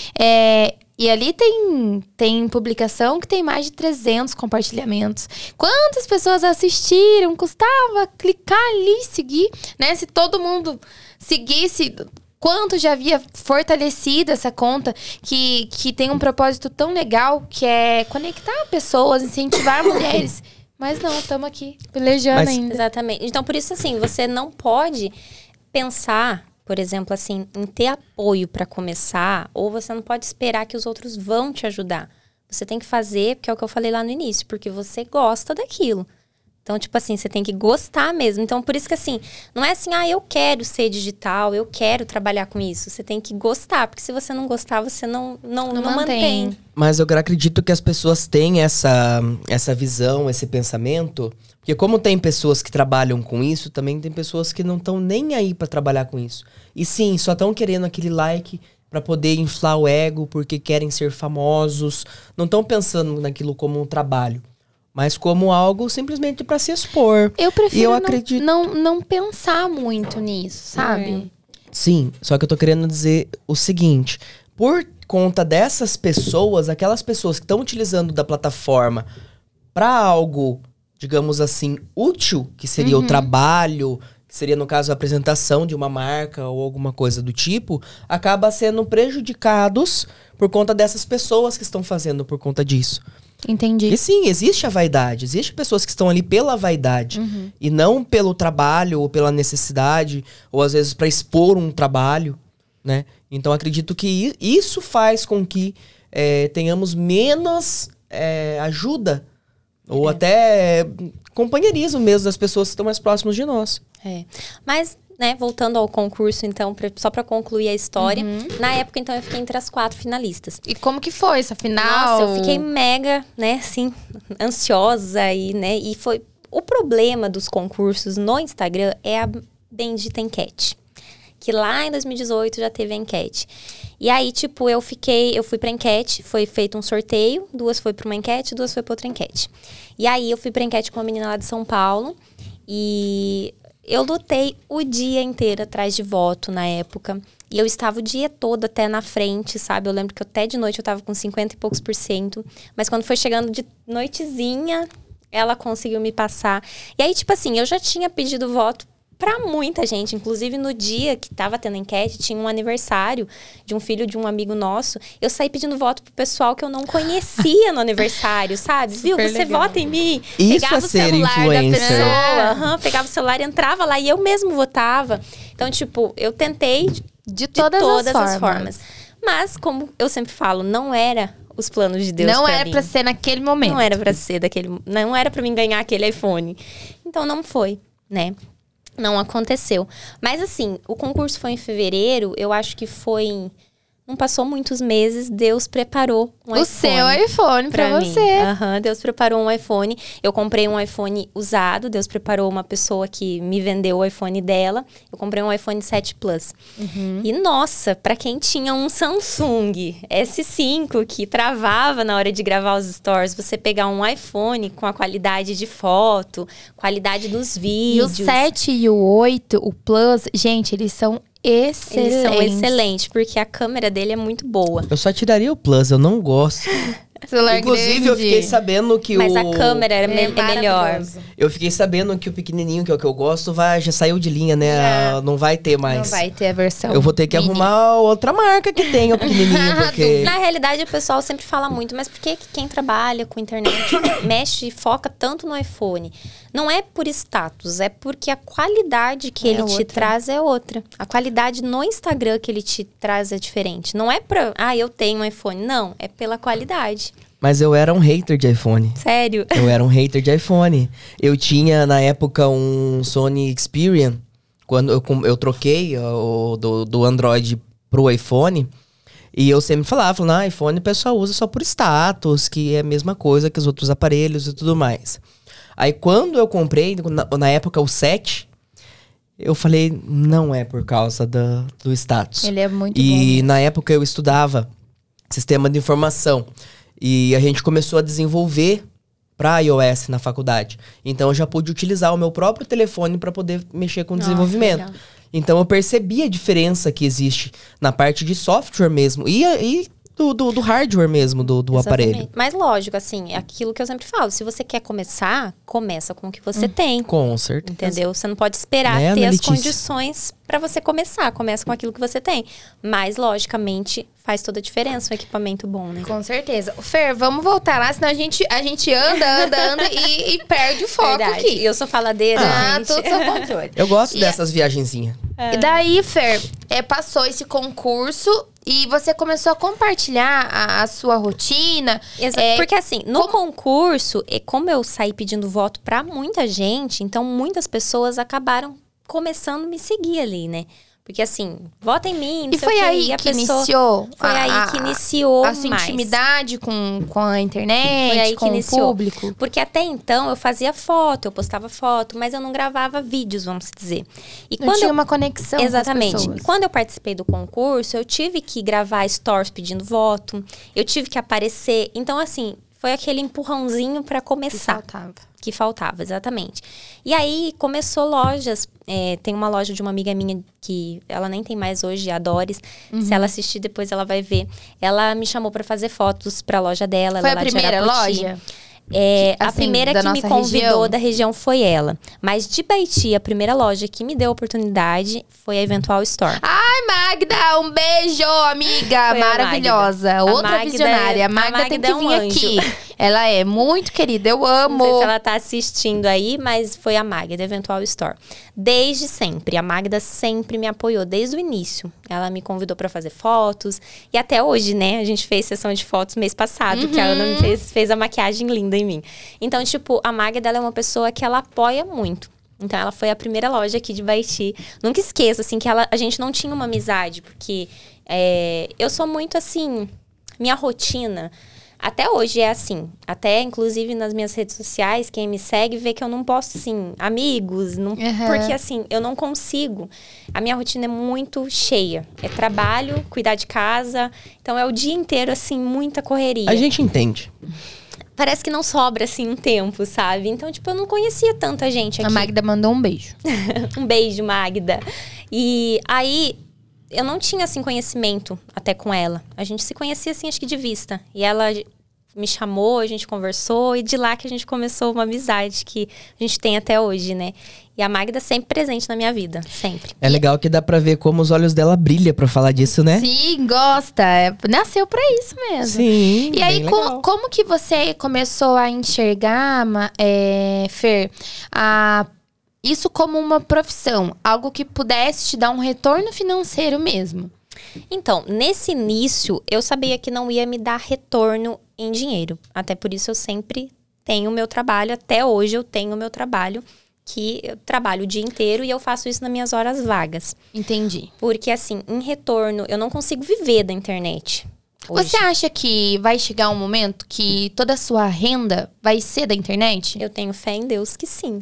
É, e ali tem, tem publicação que tem mais de trezentos compartilhamentos. Quantas pessoas assistiram? Custava clicar ali e seguir, né? Se todo mundo seguisse... Quanto já havia fortalecido essa conta que, que tem um propósito tão legal, que é conectar pessoas, incentivar mulheres. Mas não, estamos aqui pelejando Mas- ainda. Exatamente. Então, por isso, assim, você não pode pensar, por exemplo, assim, em ter apoio para começar, ou você não pode esperar que os outros vão te ajudar. Você tem que fazer, porque é o que eu falei lá no início, porque você gosta daquilo. Então, tipo assim, você tem que gostar mesmo. Então, por isso que assim, não é assim, ah, eu quero ser digital, eu quero trabalhar com isso. Você tem que gostar, porque se você não gostar, você não, não, Não não, mantém. mantém. Mas eu acredito que as pessoas têm essa, essa visão, esse pensamento. Porque como tem pessoas que trabalham com isso, também tem pessoas que não estão nem aí pra trabalhar com isso. E sim, só estão querendo aquele like pra poder inflar o ego, porque querem ser famosos. Não estão pensando naquilo como um trabalho, mas como algo simplesmente pra se expor. Eu prefiro E eu não, acredito- não, não pensar muito nisso, sabe? Sim, só que eu tô querendo dizer o seguinte. Por conta dessas pessoas, aquelas pessoas que estão utilizando da plataforma pra algo, digamos assim, útil, que seria o trabalho, que seria, no caso, a apresentação de uma marca ou alguma coisa do tipo, acaba sendo prejudicados por conta dessas pessoas que estão fazendo por conta disso. Entendi. E sim, existe a vaidade. Existe pessoas que estão ali pela vaidade. E não pelo trabalho ou pela necessidade. Ou às vezes para expor um trabalho, né? Então acredito que i- isso faz com que eh, tenhamos menos eh, ajuda. Ou até eh, companheirismo mesmo das pessoas que estão mais próximas de nós. É. Mas né, voltando ao concurso, então, pra, só pra concluir a história. Uhum. Na época, então, eu fiquei entre as quatro finalistas. E como que foi essa final? Nossa, eu fiquei mega, né, assim, ansiosa e, né, e foi... O problema dos concursos no Instagram é a bendita enquete. Que lá em dois mil e dezoito já teve a enquete. E aí, tipo, eu fiquei... Eu fui pra enquete, foi feito um sorteio. Duas foi pra uma enquete, duas foi pra outra enquete. E aí, eu fui pra enquete com uma menina lá de São Paulo. E eu lutei o dia inteiro atrás de voto na época. E eu estava o dia todo até na frente, sabe? Eu lembro que até de noite eu tava com cinquenta e poucos por cento. Mas quando foi chegando de noitezinha... Ela conseguiu me passar. E aí, tipo assim, eu já tinha pedido voto pra muita gente. Inclusive, no dia que tava tendo enquete, tinha um aniversário de um filho de um amigo nosso. Eu saí pedindo voto pro pessoal que eu não conhecia no aniversário, sabe? Viu? Você legal. Vota em mim. Isso pegava é o ser celular influencer. da pessoa. Uhum, pegava o celular, entrava lá e eu mesmo votava. Então, tipo, eu tentei de, De todas, de todas as, as formas. formas. Mas, como eu sempre falo, não era... os planos de Deus Não pra era mim. pra ser naquele momento. Não era pra ser daquele... Não era pra mim ganhar aquele iPhone. Então, não foi, né? Não aconteceu. Mas, assim, o concurso foi em fevereiro. Eu acho que foi... em- Não passou muitos meses, Deus preparou um O iPhone. seu iPhone pra, Pra mim. você. Aham, Deus preparou um iPhone. Eu comprei um iPhone usado. Deus preparou uma pessoa que me vendeu o iPhone dela. Eu comprei um iPhone sete Plus. E nossa, pra quem tinha um Samsung S cinco que travava na hora de gravar os stories, você pegar um iPhone com a qualidade de foto, qualidade dos E o vídeos. sete e o oito, o Plus, gente, eles são excelentes. Eles são excelentes, porque a câmera dele é muito boa. Eu só tiraria o Plus, eu não gosto. Celular Inclusive, grande. eu fiquei sabendo que Mas o... a câmera é, me- É é melhor. maravilhoso. Eu fiquei sabendo que o pequenininho, que é o que eu gosto, vai, já saiu de linha, né? Já. Ah, Não vai ter mais. Não vai ter a versão Eu vou ter que mini. arrumar outra marca que tenha o pequenininho, porque... Na realidade, o pessoal sempre fala muito, mas por que que quem trabalha com internet mexe e foca tanto no iPhone? Não é por status, é porque a qualidade que É ele te outra. traz é outra. A qualidade no Instagram que ele te traz é diferente. Não é pra, ah, eu tenho um iPhone. Não, é pela qualidade. Mas eu era um hater de iPhone. Sério. Eu era um hater de iPhone. Eu tinha, na época, um Sony Xperia. Quando eu, com- eu troquei ó, o do, do Android pro iPhone. E eu sempre falava, falando, ah, iPhone o pessoal usa só por status, que é a mesma coisa que os outros aparelhos e tudo mais. Aí quando eu comprei, na, na época o sete, eu falei, não é por causa da, do status. Ele é muito E bom. na época eu estudava sistema de informação. E a gente começou a desenvolver para iOS na faculdade. Então eu já pude utilizar o meu próprio telefone para poder mexer com o Nossa, desenvolvimento. legal. Então eu percebi a diferença que existe na parte de software mesmo e, e do, do, do hardware mesmo do, do Exatamente. aparelho. Mas lógico, assim, é aquilo que eu sempre falo. Se você quer começar, começa com o que você tem. Com certeza. Entendeu? Você não pode esperar Né, ter Ana as Letícia? condições pra você começar. Começa com aquilo que você tem. Mas, logicamente, faz toda a diferença um equipamento bom, né? Com certeza. Fer, vamos voltar lá, senão a gente, a gente anda, anda, anda e, e perde o foco Verdade. aqui. E eu sou faladeira, Ah, gente. tudo sob controle. Eu gosto E- dessas viagenzinhas. E daí, Fer, é, passou esse concurso e você começou a compartilhar a, a sua rotina. Exa- É, Porque assim, no concurso, e como eu saí pedindo voto pra muita gente, então muitas pessoas acabaram começando a me seguir ali, né? Porque assim, vota em mim, não E sei foi o quê, aí e a que pessoa- iniciou Foi a- aí a- que iniciou a sua mais. intimidade com, com a internet, Foi aí que com iniciou. o público. Porque até então eu fazia foto, eu postava foto, mas eu não gravava vídeos, vamos dizer. E Não quando tinha eu... uma conexão Exatamente. com as E pessoas. quando eu participei do concurso, eu tive que gravar stories pedindo voto, eu tive que aparecer. Então, assim, foi aquele empurrãozinho pra Que começar. faltava. Que faltava, exatamente. E aí começou lojas. É, tem uma loja de uma amiga minha que ela nem tem mais hoje, a Doris. Uhum. Se ela assistir depois, ela vai ver. Ela me chamou pra fazer fotos pra loja dela. Foi ela a lá de primeira Arapoti. loja? É, Que, a assim, primeira da que me nossa convidou região? da região foi ela. Mas de Baiti, a primeira loja que me deu a oportunidade foi a Eventual Store. Ai, Magda, um beijo, amiga Foi a maravilhosa. Magda. A Outra Magda visionária. é- A Magda, a tem Magda que é um vir anjo. aqui. Ela é muito querida, eu Não amo. sei se ela tá assistindo aí, mas foi a Magda, da Eventual Store. Desde sempre. A Magda sempre me apoiou, desde o início. Ela me convidou pra fazer fotos. E até hoje, né? A gente fez sessão de fotos mês passado, que a Ana me fez, fez a maquiagem linda em mim. Então, tipo, a Magda ela é uma pessoa que ela apoia muito. Então, ela foi a primeira loja aqui de Baiti. Nunca esqueço, assim, que ela, a gente não tinha uma amizade, porque é, eu sou muito, assim, minha rotina... Até hoje é assim. Até, inclusive, nas minhas redes sociais, quem me segue vê que eu não posto, assim, amigos. Não, Uhum. Porque, assim, eu não consigo. A minha rotina é muito cheia. É trabalho, cuidar de casa. Então, é o dia inteiro, assim, muita correria. A gente entende. Parece que não sobra, assim, um tempo, sabe? Então, tipo, eu não conhecia tanta gente aqui. A Magda mandou um beijo. Um beijo, Magda. E aí... Eu não tinha, assim, conhecimento até com ela. A gente se conhecia, assim, acho que de vista. E ela me chamou, a gente conversou. E de lá que a gente começou uma amizade que a gente tem até hoje, né? E a Magda sempre presente na minha vida. Sempre. É legal que dá pra ver como os olhos dela brilham pra falar disso, né? Sim, gosta. É, nasceu pra isso mesmo. Sim, E aí, bem co- legal. como que você começou a enxergar, Ma- é, Fer, a... isso como uma profissão, algo que pudesse te dar um retorno financeiro mesmo? Então, nesse início, eu sabia que não ia me dar retorno em dinheiro. Até por isso, eu sempre tenho o meu trabalho. Até hoje, eu tenho o meu trabalho, que eu trabalho o dia inteiro e eu faço isso nas minhas horas vagas. Entendi. Porque, assim, em retorno, eu não consigo viver da internet. Hoje. Você acha que vai chegar um momento que toda a sua renda vai ser da internet? Eu tenho fé em Deus que sim.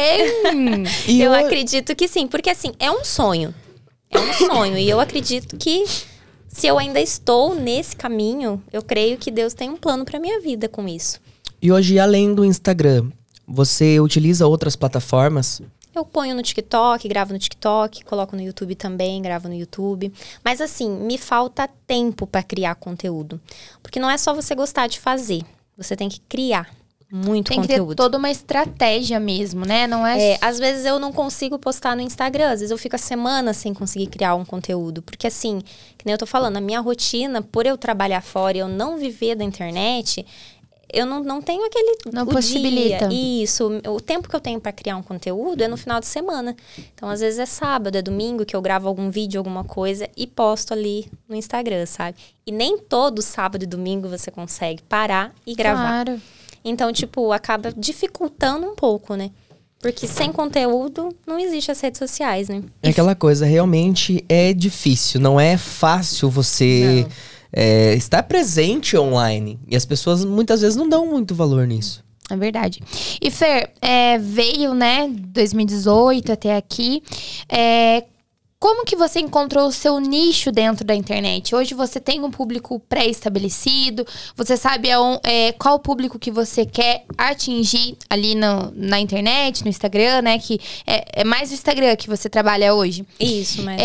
Amém! E eu o- acredito que sim, porque assim, é um sonho. É um sonho. E eu acredito que se eu ainda estou nesse caminho, eu creio que Deus tem um plano pra minha vida com isso. E hoje, além do Instagram, você utiliza outras plataformas? Eu ponho no TikTok, gravo no TikTok, coloco no YouTube também, gravo no YouTube. Mas assim, me falta tempo pra criar conteúdo. Porque não é só você gostar de fazer. Você tem que criar muito Tem que conteúdo. ter toda uma estratégia mesmo, né? Não é... É, às vezes eu não consigo postar no Instagram, às vezes eu fico a semana sem conseguir criar um conteúdo. Porque assim, que nem eu tô falando, a minha rotina, por eu trabalhar fora e eu não viver da internet, eu não, não tenho aquele Não o possibilita. Dia. Isso, o tempo que eu tenho pra criar um conteúdo é no final de semana. Então, às vezes é sábado, é domingo que eu gravo algum vídeo, alguma coisa e posto ali no Instagram, sabe? E nem todo sábado e domingo você consegue parar e gravar. Claro. Então, tipo, acaba dificultando um pouco, né? Porque sem conteúdo não existe as redes sociais, né? É aquela coisa, realmente é difícil, não é fácil você é, estar presente online. E as pessoas muitas vezes não dão muito valor nisso. É verdade. E Fer, é, veio, né, dois mil e dezoito até aqui. É, como que você encontrou o seu nicho dentro da internet? Hoje você tem um público pré-estabelecido, você sabe aon- é, qual o público que você quer atingir ali no, na internet, no Instagram, né? Que é, é mais o Instagram que você trabalha hoje. Isso, mas...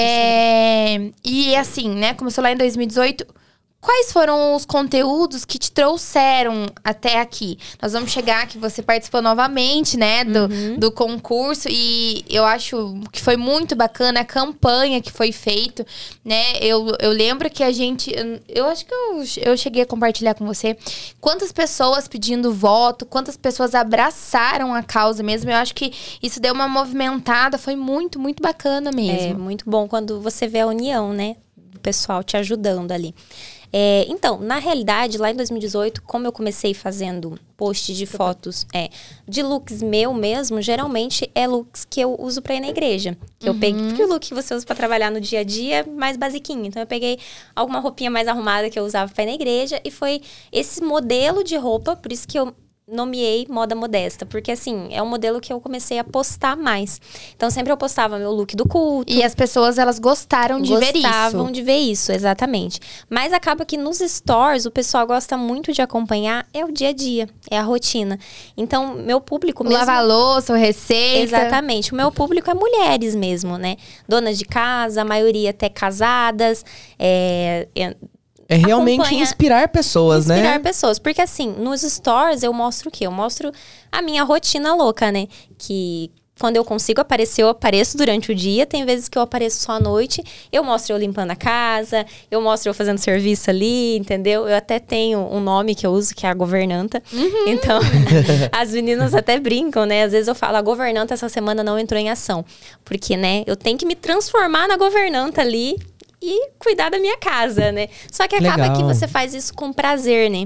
É, e assim, né? Começou lá em dois mil e dezoito. Quais foram os conteúdos que te trouxeram até aqui? Nós vamos chegar que você participou novamente, né, do, Uhum. do concurso. E eu acho que foi muito bacana a campanha que foi feita, né? Eu, eu lembro que a gente... Eu, eu acho que eu, eu cheguei a compartilhar com você quantas pessoas pedindo voto, quantas pessoas abraçaram a causa mesmo. Eu acho que isso deu uma movimentada, foi muito, muito bacana É mesmo. muito bom quando você vê a união, né? Do pessoal te ajudando ali. É, então, na realidade, lá em dois mil e dezoito, como eu comecei fazendo posts de fotos é, de looks meu mesmo, geralmente é looks que eu uso pra ir na igreja. Que eu peguei, porque o look que você usa pra trabalhar no dia a dia é mais basiquinho. Então, eu peguei alguma roupinha mais arrumada que eu usava pra ir na igreja. E foi esse modelo de roupa, por isso que eu nomeei moda modesta, porque assim, é um modelo que eu comecei a postar mais. Então sempre eu postava meu look do culto. E as pessoas, elas gostaram de ver isso. Gostavam de ver isso, exatamente. Mas acaba que nos stores, o pessoal gosta muito de acompanhar, é o dia a dia, é a rotina. Então, meu público O mesmo... lava-louça, o receita. Exatamente. O meu público é mulheres mesmo, né? Donas de casa, a maioria até casadas, é... é É realmente Acompanha- inspirar pessoas, inspirar né? pessoas. Porque assim, nos stores eu mostro o quê? Eu mostro a minha rotina louca, né? Que quando eu consigo aparecer, eu apareço durante o dia. Tem vezes que eu apareço só à noite. Eu mostro eu limpando a casa. Eu mostro eu fazendo serviço ali, entendeu? Eu até tenho um nome que eu uso, que é a governanta. Então, as meninas até brincam, né? Às vezes eu falo, a governanta essa semana não entrou em ação. Porque, né? Eu tenho que me transformar na governanta ali e cuidar da minha casa, né? Só que acaba Legal. que você faz isso com prazer, né?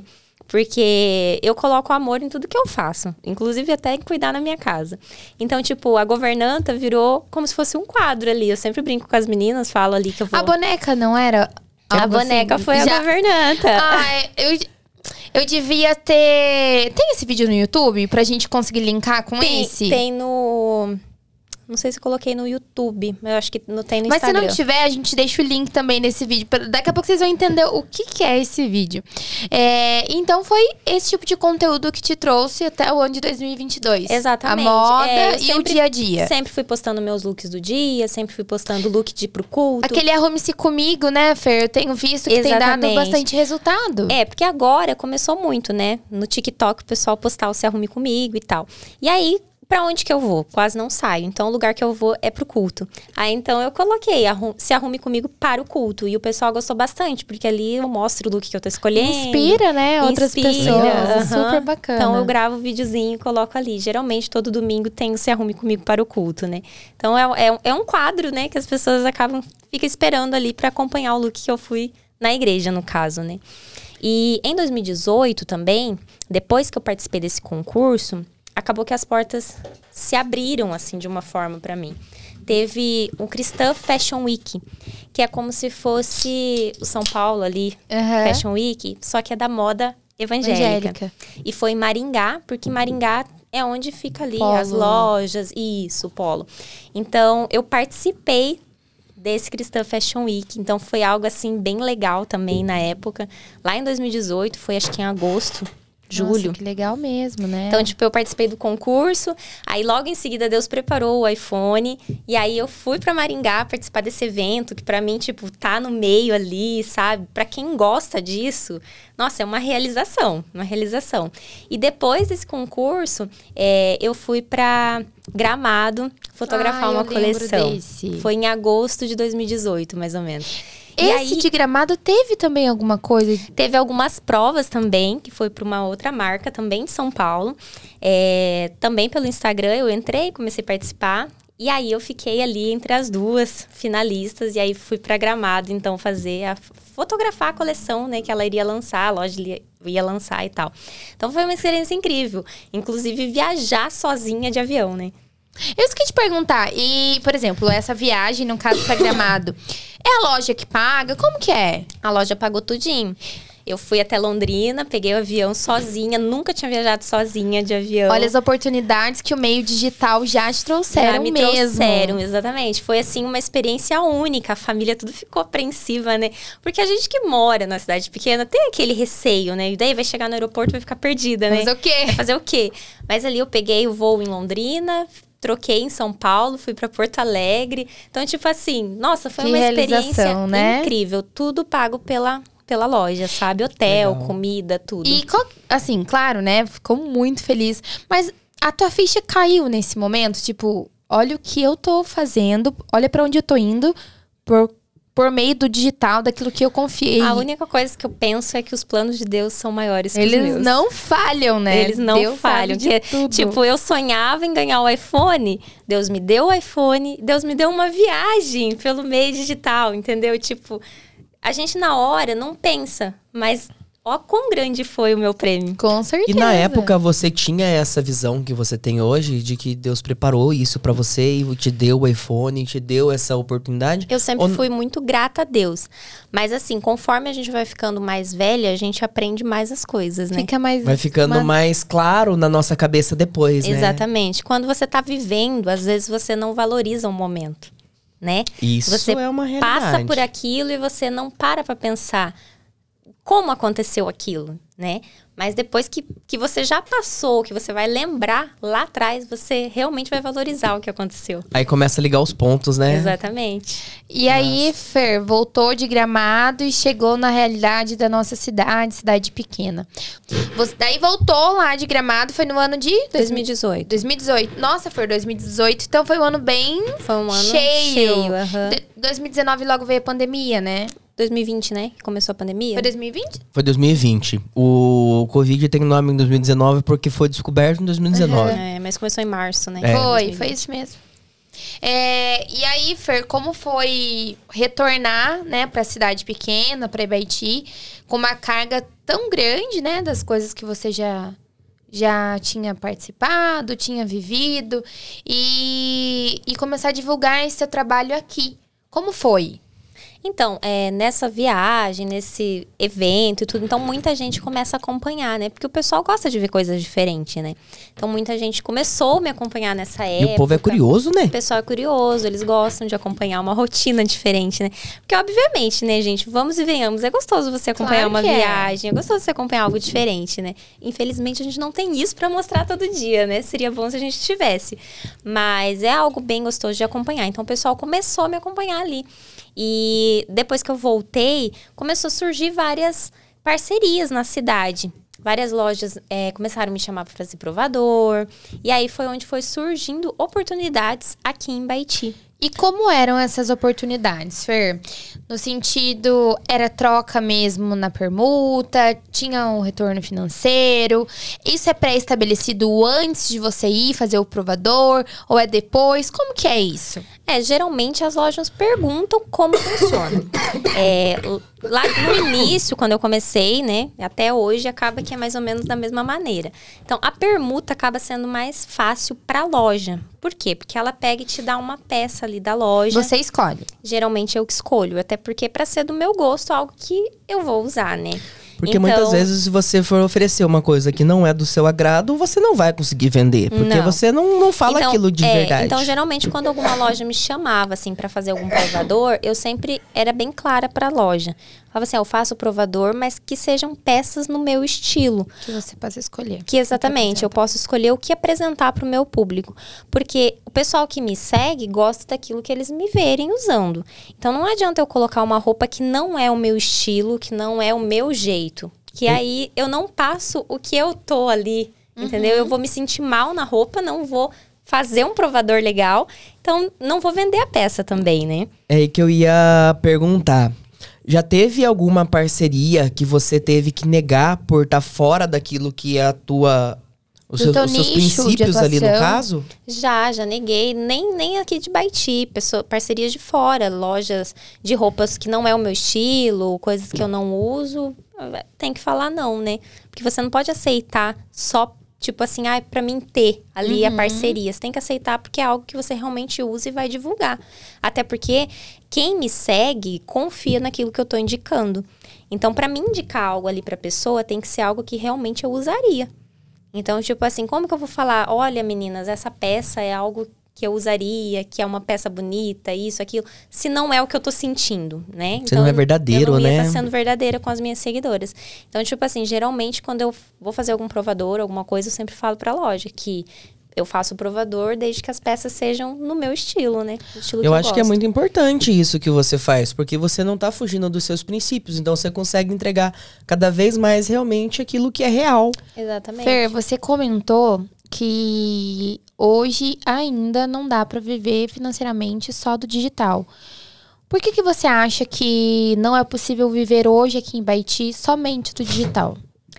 Porque eu coloco amor em tudo que eu faço. Inclusive até em cuidar na minha casa. Então, tipo, a governanta virou como se fosse um quadro ali. Eu sempre brinco com as meninas, falo ali que eu vou... A boneca não era? A algo boneca assim? foi Já- a governanta. Ah, eu, eu devia ter... Tem esse vídeo no YouTube pra gente conseguir linkar com tem, esse? tem no... Não sei se eu coloquei no YouTube, mas eu acho que não tem no Mas se Instagram. não tiver, a gente deixa o link também nesse vídeo. pra- Daqui a pouco vocês vão entender o que, que é esse vídeo. É, então, foi esse tipo de conteúdo que te trouxe até o ano de dois mil e vinte e dois. Exatamente. A moda É, eu e o sempre- dia a dia. Sempre fui postando meus looks do dia, sempre fui postando look de ir pro culto. Aquele arrume-se comigo, né, Fer? Eu tenho visto que tem dado Exatamente. bastante resultado. É, porque agora começou muito, né? No TikTok o pessoal postar o Se Arrume Comigo e tal. E aí, pra onde que eu vou? Quase não saio. Então, o lugar que eu vou é pro culto. Aí, então, eu coloquei arru- Se Arrume Comigo para o culto. E o pessoal gostou bastante, porque ali eu mostro o look que eu tô escolhendo. Inspira, né? Outras Inspira, pessoas. aham. Super bacana. Então, eu gravo um videozinho e coloco ali. Geralmente, todo domingo tem o Se Arrume Comigo para o culto, né? Então, é, é, é um quadro, né? Que as pessoas acabam... Ficam esperando ali pra acompanhar o look que eu fui na igreja, no caso, né? E em dois mil e dezoito também, depois que eu participei desse concurso, acabou que as portas se abriram, assim, de uma forma pra mim. Teve o Cristã Fashion Week, que é como se fosse o São Paulo ali, Aham. Fashion Week, só que é da moda evangélica. Evangélica. E foi em Maringá, porque Maringá é onde fica ali Polo. as lojas, isso, o polo. Então, eu participei desse Cristã Fashion Week, então foi algo, assim, bem legal também na época. Lá em dois mil e dezoito, foi acho que em agosto, julho. Nossa, que legal mesmo, né? Então, tipo, eu participei do concurso, aí logo em seguida Deus preparou o iPhone, e aí eu fui pra Maringá participar desse evento, que pra mim, tipo, tá no meio ali, sabe? Pra quem gosta disso, nossa, é uma realização, uma realização. E depois desse concurso, é, eu fui pra Gramado fotografar Ah, eu uma lembro coleção. desse. Foi em agosto de dois mil e dezoito, mais ou menos. E Esse aí, de Gramado teve também alguma coisa? teve algumas provas também, que foi para uma outra marca, também de São Paulo. É, também pelo Instagram, eu entrei, comecei a participar. E aí, eu fiquei ali entre as duas finalistas. E aí, fui para Gramado, então, fazer a... fotografar a coleção, né? Que ela iria lançar, a loja ia, ia lançar e tal. Então, foi uma experiência incrível. Inclusive, viajar sozinha de avião, né? Eu esqueci de perguntar. E, por exemplo, essa viagem, no caso pra Gramado, é a loja que paga? Como que é? A loja pagou tudinho. Eu fui até Londrina, peguei o avião sozinha. Nunca tinha viajado sozinha de avião. Olha as oportunidades que o meio digital já te trouxeram Já me mesmo. trouxeram, exatamente. Foi, assim, uma experiência única. A família tudo ficou apreensiva, né? Porque a gente que mora na cidade pequena tem aquele receio, né? E daí vai chegar no aeroporto e vai ficar perdida, né? Mas o quê? Vai fazer o quê? Mas ali eu peguei o voo em Londrina, troquei em São Paulo, fui pra Porto Alegre. Então, tipo assim, nossa, foi Que uma experiência realização, né? incrível. Tudo pago pela... pela loja, sabe? Hotel, Legal. comida, tudo. E, qual- assim, claro, né? Ficou muito feliz. Mas a tua ficha caiu nesse momento? Tipo, olha o que eu tô fazendo. Olha pra onde eu tô indo. Por, por meio do digital, daquilo que eu confiei. A única coisa que eu penso é que os planos de Deus são maiores que os Eles meus. não falham, né? Eles não Deus falham. sabe de Que, tudo. tipo, eu sonhava em ganhar o iPhone, Deus me deu o iPhone, Deus me deu uma viagem pelo meio digital, entendeu? Tipo, a gente na hora não pensa, mas ó quão grande foi o meu prêmio. Com certeza. E na época você tinha essa visão que você tem hoje de que Deus preparou isso pra você e te deu o iPhone, te deu essa oportunidade? Eu sempre Ou- fui muito grata a Deus. Mas assim, conforme a gente vai ficando mais velha, a gente aprende mais as coisas, né? Fica mais... Vai ficando uma- mais claro na nossa cabeça depois, né? Exatamente. Quando você tá vivendo, às vezes você não valoriza o momento, né? Isso Você é uma realidade. passa por aquilo e você não para pra pensar como aconteceu aquilo, né? Mas depois que, que você já passou, que você vai lembrar lá atrás, você realmente vai valorizar o que aconteceu. Aí começa a ligar os pontos, né? Exatamente. E aí, Fer, voltou de Gramado e chegou na realidade da nossa cidade, cidade pequena. Você daí voltou lá de Gramado, foi no ano de dois mil e dezoito. dois mil e dezoito. Nossa, Fer, dois mil e dezoito, então foi um ano bem Foi um ano cheio. cheio, aham. De- dois mil e dezenove logo veio a pandemia, né? dois mil e vinte, né? Que começou a pandemia. Foi dois mil e vinte? Foi dois mil e vinte. O Covid tem nome em dois mil e dezenove porque foi descoberto em dois mil e dezenove. É, mas começou em março, né? É. Foi, dois mil e vinte. foi isso mesmo. É, e aí, Fer, como foi retornar, né, pra cidade pequena, pra Ibaiti, com uma carga tão grande, né, das coisas que você já, já tinha participado, tinha vivido, e, e começar a divulgar esse seu trabalho aqui? Como foi? Então, é, nessa viagem, nesse evento e tudo, então muita gente começa a acompanhar, né? Porque o pessoal gosta de ver coisas diferentes, né? Então muita gente começou a me acompanhar nessa época. E o povo é curioso, né? O pessoal é curioso, eles gostam de acompanhar uma rotina diferente, né? Porque obviamente, né, gente, vamos e venhamos, é gostoso você acompanhar Claro uma que é. viagem, é gostoso você acompanhar algo diferente, né? Infelizmente a gente não tem isso pra mostrar todo dia, né? Seria bom se a gente tivesse. Mas é algo bem gostoso de acompanhar. Então o pessoal começou a me acompanhar ali. E depois que eu voltei, começou a surgir várias parcerias na cidade. Várias lojas é, começaram a me chamar para fazer provador. E aí foi onde foi surgindo oportunidades aqui em Ibaiti. E como eram essas oportunidades, Fer? No sentido, era troca mesmo na permuta? Tinha um retorno financeiro? Isso é pré-estabelecido antes de você ir fazer o provador? Ou é depois? Como que é isso? É, geralmente as lojas perguntam como funciona. É, lá no início, quando eu comecei, né, até hoje, acaba que é mais ou menos da mesma maneira. Então, a permuta acaba sendo mais fácil para a loja. Por quê? Porque ela pega e te dá uma peça ali da loja. Você escolhe. Geralmente eu que escolho, até porque para ser do meu gosto, algo que eu vou usar, né? Porque então, muitas vezes, se você for oferecer uma coisa que não é do seu agrado, você não vai conseguir vender. Porque Não. você não, não fala então, aquilo de é, verdade. Então, geralmente, quando alguma loja me chamava, assim, para fazer algum provador, eu sempre era bem clara para a loja. Falava assim, ah, eu faço o provador, mas que sejam peças no meu estilo. Que você possa escolher. Que exatamente, eu posso escolher o que apresentar para o meu público. Porque o pessoal que me segue gosta daquilo que eles me verem usando. Então, não adianta eu colocar uma roupa que não é o meu estilo, que não é o meu jeito. Que aí eu não passo o que eu tô ali, uhum. entendeu? Eu vou me sentir mal na roupa, não vou fazer um provador legal. Então, não vou vender a peça também, né? É aí que eu ia perguntar. Já teve alguma parceria que você teve que negar por estar fora daquilo que é a tua... Os seus, os seus princípios ali no caso? Já, já neguei. Nem, nem aqui de Ibaiti. Pessoa, parcerias de fora. Lojas de roupas que não é o meu estilo. Coisas que eu não uso. Tem que falar não, né? Porque você não pode aceitar só, tipo assim, ah, pra mim ter ali uhum. a parceria. Você tem que aceitar porque é algo que você realmente usa e vai divulgar. Até porque quem me segue confia naquilo que eu tô indicando. Então, pra mim indicar algo ali pra pessoa, tem que ser algo que realmente eu usaria. Então, tipo assim, como que eu vou falar? Olha, meninas, essa peça é algo que eu usaria, que é uma peça bonita, isso, aquilo. Se não é o que eu tô sentindo, né? Você então, não é verdadeiro, eu não ia né? tá sendo verdadeira com as minhas seguidoras. Então, tipo assim, geralmente, quando eu vou fazer algum provador, alguma coisa, eu sempre falo pra loja que eu faço o provador desde que as peças sejam no meu estilo, né? O estilo eu que acho eu que é gosto. muito importante isso que você faz, porque você não tá fugindo dos seus princípios, então você consegue entregar cada vez mais realmente aquilo que é real. Exatamente. Fer, você comentou que hoje ainda não dá para viver financeiramente só do digital. Por que que você acha que não é possível viver hoje aqui em Ibaiti somente do digital?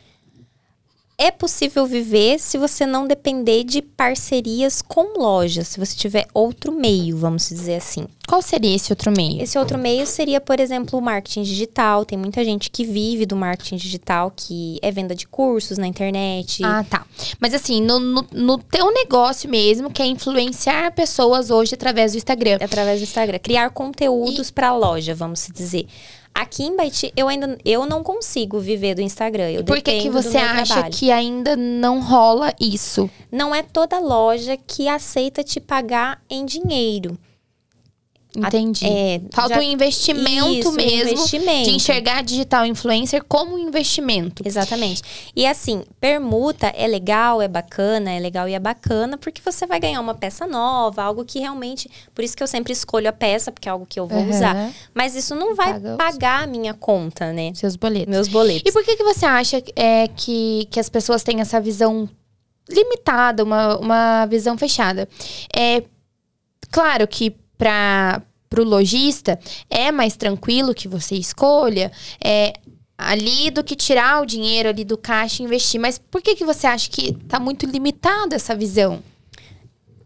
É possível viver se você não depender de parcerias com lojas, se você tiver outro meio, vamos dizer assim. Qual seria esse outro meio? Esse outro meio seria, por exemplo, o marketing digital. Tem muita gente que vive do marketing digital, que é venda de cursos na internet. Ah, tá. Mas assim, no, no, no teu negócio mesmo, que é influenciar pessoas hoje através do Instagram. Através do Instagram. Criar conteúdos e... para a loja, vamos dizer. Aqui em Ibaiti, eu ainda eu não consigo viver do Instagram. Eu Por que que você acha trabalho. que ainda não rola isso? Não é toda loja que aceita te pagar em dinheiro. Entendi. É, Falta já, um investimento isso, mesmo um investimento. de enxergar digital influencer como um investimento. Exatamente. E assim, permuta é legal, é bacana, é legal e é bacana, porque você vai ganhar uma peça nova, algo que realmente... Por isso que eu sempre escolho a peça, porque é algo que eu vou uhum. usar. Mas isso não vai Paga pagar a minha conta, né? Seus boletos. Meus boletos. E por que que você acha é, que, que as pessoas têm essa visão limitada, uma, uma visão fechada? É claro que para o lojista, é mais tranquilo que você escolha é, ali do que tirar o dinheiro ali do caixa e investir. Mas por que que você acha que está muito limitada essa visão?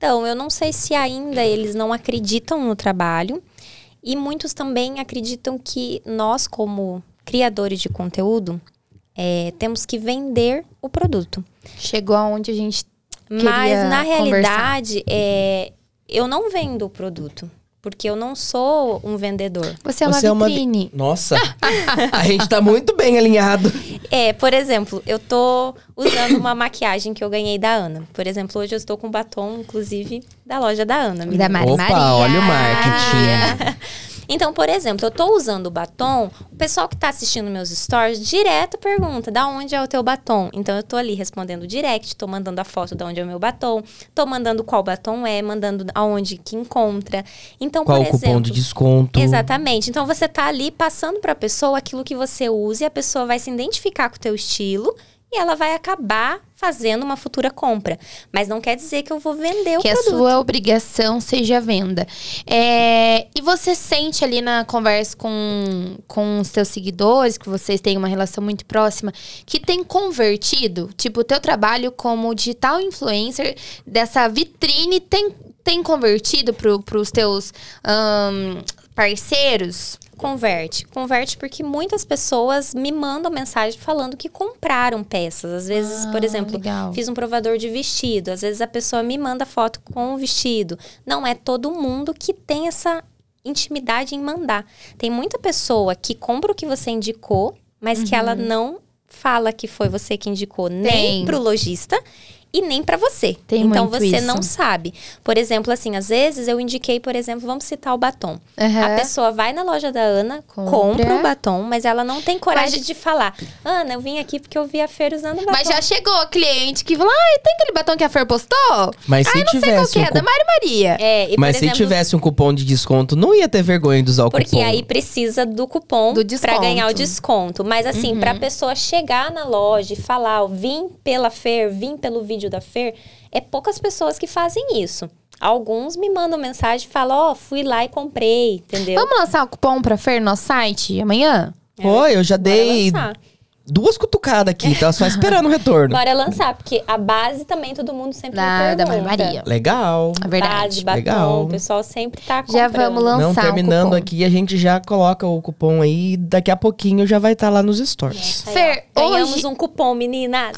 Então, eu não sei se ainda eles não acreditam no trabalho. E muitos também acreditam que nós, como criadores de conteúdo, é, temos que vender o produto. Chegou aonde a gente queria Mas, na conversar. realidade, é, eu não vendo o produto. Porque eu não sou um vendedor. Você é uma Você é uma vitrine. vi- Nossa, a gente tá muito bem alinhado. É, por exemplo, eu tô usando uma maquiagem que eu ganhei da Ana. Por exemplo, hoje eu estou com um batom, inclusive, da loja da Ana. Da Mari Opa, Maria. olha o marketing. Então, por exemplo, eu tô usando o batom, o pessoal que tá assistindo meus stories direto pergunta, da onde é o teu batom? Então, eu tô ali respondendo direct, tô mandando a foto de onde é o meu batom, tô mandando qual batom é, mandando aonde que encontra. Então, Qual por o cupom exemplo, de desconto? Exatamente. Então, você tá ali passando pra pessoa aquilo que você usa e a pessoa vai se identificar com o teu estilo e ela vai acabar fazendo uma futura compra. Mas não quer dizer que eu vou vender o Que a produto. sua obrigação seja a venda. É, e você sente ali na conversa com, com os seus seguidores, que vocês têm uma relação muito próxima, que tem convertido? Tipo, o teu trabalho como digital influencer, dessa vitrine, tem, tem convertido para os teus ahn, parceiros? Converte. Converte porque muitas pessoas me mandam mensagem falando que compraram peças. Às vezes, Ah, por exemplo, legal. fiz um provador de vestido. Às vezes a pessoa me manda foto com o vestido. Não é todo mundo que tem essa intimidade em mandar. Tem muita pessoa que compra o que você indicou, mas que ela não fala que foi você que indicou nem Tem. pro lojista e nem pra você. Tem então muito você isso. não sabe. Por exemplo, assim, às vezes eu indiquei, por exemplo, vamos citar o batom. Aham. A pessoa vai na loja da Ana, Compra. compra o batom, mas ela não tem coragem Mas- de falar. Ana, eu vim aqui porque eu vi a Fer usando batom. Mas já chegou a cliente que falou, ai, tem aquele batom que a Fer postou? Mas se ai, não sei qual tivesse que um é, da cu- Mari Maria. É, e, Mas por se exemplo, tivesse um cupom de desconto, não ia ter vergonha de usar o porque cupom. aí precisa do cupom Do desconto. pra ganhar o desconto. Mas assim, pra pessoa chegar na loja e falar, ó, vim pela Fer, vim pelo vídeo da Fer, é poucas pessoas que fazem isso. Alguns me mandam mensagem e falam, ó, fui lá e comprei, entendeu? Vamos lançar o cupom pra Fer no nosso site amanhã? Oi, eu já Bora dei lançar. duas cutucadas aqui, tá só esperando o retorno. Bora lançar, porque a base também todo mundo sempre Da, me da Mari pergunta. Maria. Legal. É verdade. Base, batom, Legal. o pessoal sempre tá Já comprando. vamos lançar Não, o terminando cupom. aqui, a gente já coloca o cupom aí. Daqui a pouquinho já vai estar lá nos stories. Aí, Fer, ó, ganhamos hoje- um cupom, meninas.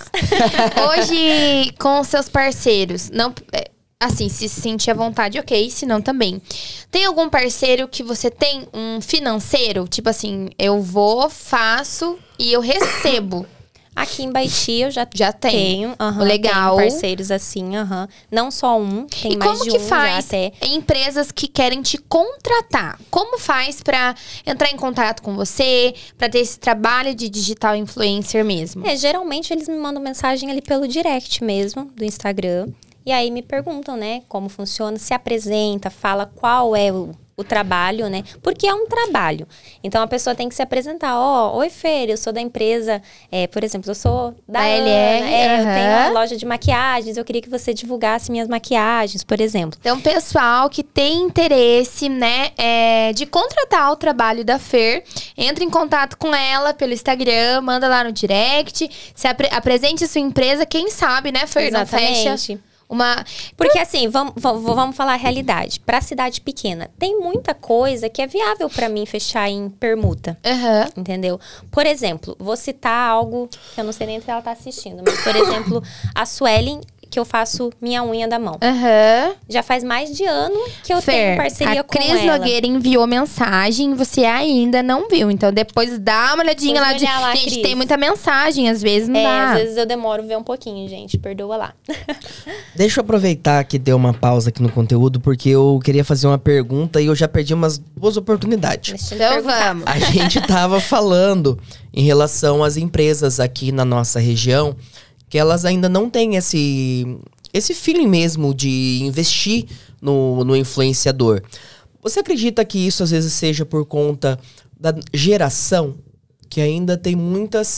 Hoje, com os seus parceiros, não, é, assim, se sentir à vontade, ok, se não também. Tem algum parceiro que você tem um financeiro? Tipo assim, eu vou, faço e eu recebo. Aqui em Baiti eu já, Já tem. tenho. aham, Legal. tenho parceiros assim, aham. Não só um, tem e mais como de que um já faz até. empresas que querem te contratar? Como faz pra entrar em contato com você, pra ter esse trabalho de digital influencer mesmo? É, geralmente eles me mandam mensagem ali pelo direct mesmo, do Instagram. E aí me perguntam, né, como funciona, se apresenta, fala qual é o, o trabalho, né? Porque é um trabalho. Então a pessoa tem que se apresentar. Ó, oi Fer, eu sou da empresa, é, por exemplo, eu sou da Da Ana, L R, é, eu aham. tenho uma loja de maquiagens, eu queria que você divulgasse minhas maquiagens, por exemplo. Então, pessoal que tem interesse, né, é, de contratar o trabalho da Fer, entre em contato com ela pelo Instagram, manda lá no direct, se apre- apresente sua empresa, quem sabe, né, Fer, não fecha Exatamente. uma... Porque assim, vamos, vamos, vamos falar a realidade. Pra cidade pequena, tem muita coisa que é viável pra mim fechar em permuta. Aham. Entendeu? Por exemplo, vou citar algo que eu não sei nem se ela tá assistindo, mas, por exemplo, a Suelen, que eu faço minha unha da mão. Aham. Já faz mais de ano que eu tenho Fer, parceria a com Cris ela. Nogueira enviou mensagem, você ainda não viu. Então, depois dá uma olhadinha Depois lá. vai De... olhar lá, gente, Cris. tem muita mensagem, às vezes não É, dá. às vezes eu demoro ver um pouquinho, gente. Perdoa lá. Deixa eu aproveitar que deu uma pausa aqui no conteúdo, porque eu queria fazer uma pergunta e eu já perdi umas duas oportunidades. Deixa eu Então, perguntar. vamos. A gente tava falando em relação às empresas aqui na nossa região, que elas ainda não têm esse, esse feeling mesmo de investir no, no influenciador. Você acredita que isso às vezes seja por conta da geração? Que ainda tem muitas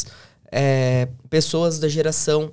é, pessoas da geração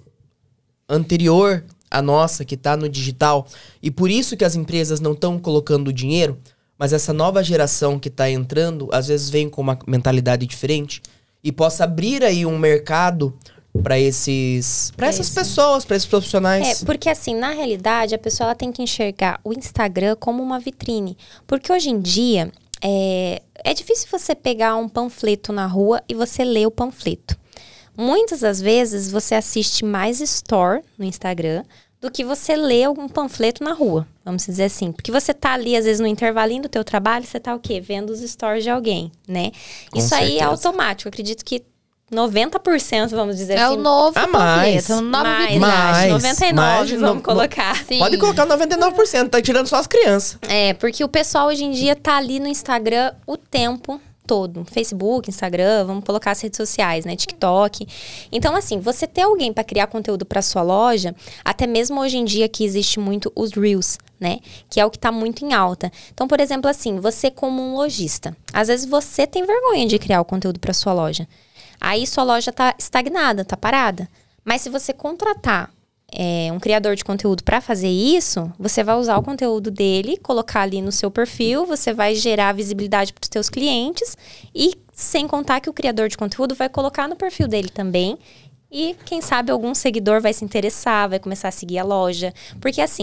anterior à nossa, que tá no digital, e por isso que as empresas não estão colocando dinheiro, mas essa nova geração que tá entrando, às vezes vem com uma mentalidade diferente, e possa abrir aí um mercado pra esses, para essas Isso. pessoas, pra esses profissionais. É, porque assim, na realidade, a pessoa ela tem que enxergar o Instagram como uma vitrine. Porque hoje em dia, é, é difícil você pegar um panfleto na rua e você ler o panfleto. Muitas das vezes, você assiste mais story no Instagram do que você lê um panfleto na rua, vamos dizer assim. Porque você tá ali, às vezes, no intervalinho do teu trabalho, você tá o quê? Vendo os stories de alguém, né? Com Isso aí é certeza. automático. Eu acredito que noventa por cento, vamos dizer É assim. o novo Ah, mais. panfleto, o novo mais, vitrine. Mais, noventa e nove, mais de vamos no- colocar. Sim. Pode colocar noventa e nove por cento, tá tirando só as crianças. É, porque o pessoal hoje em dia tá ali no Instagram o tempo todo. Facebook, Instagram, vamos colocar as redes sociais, né? TikTok. Então, assim, você ter alguém para criar conteúdo para sua loja, até mesmo hoje em dia que existe muito os Reels, né? Que é o que tá muito em alta. Então, por exemplo, assim, você como um lojista, às vezes você tem vergonha de criar o conteúdo para sua loja. Aí sua loja tá estagnada, tá parada. Mas se você contratar é, um criador de conteúdo para fazer isso, você vai usar o conteúdo dele, colocar ali no seu perfil, você vai gerar visibilidade para os seus clientes e sem contar que o criador de conteúdo vai colocar no perfil dele também. E quem sabe algum seguidor vai se interessar, vai começar a seguir a loja. Porque assim,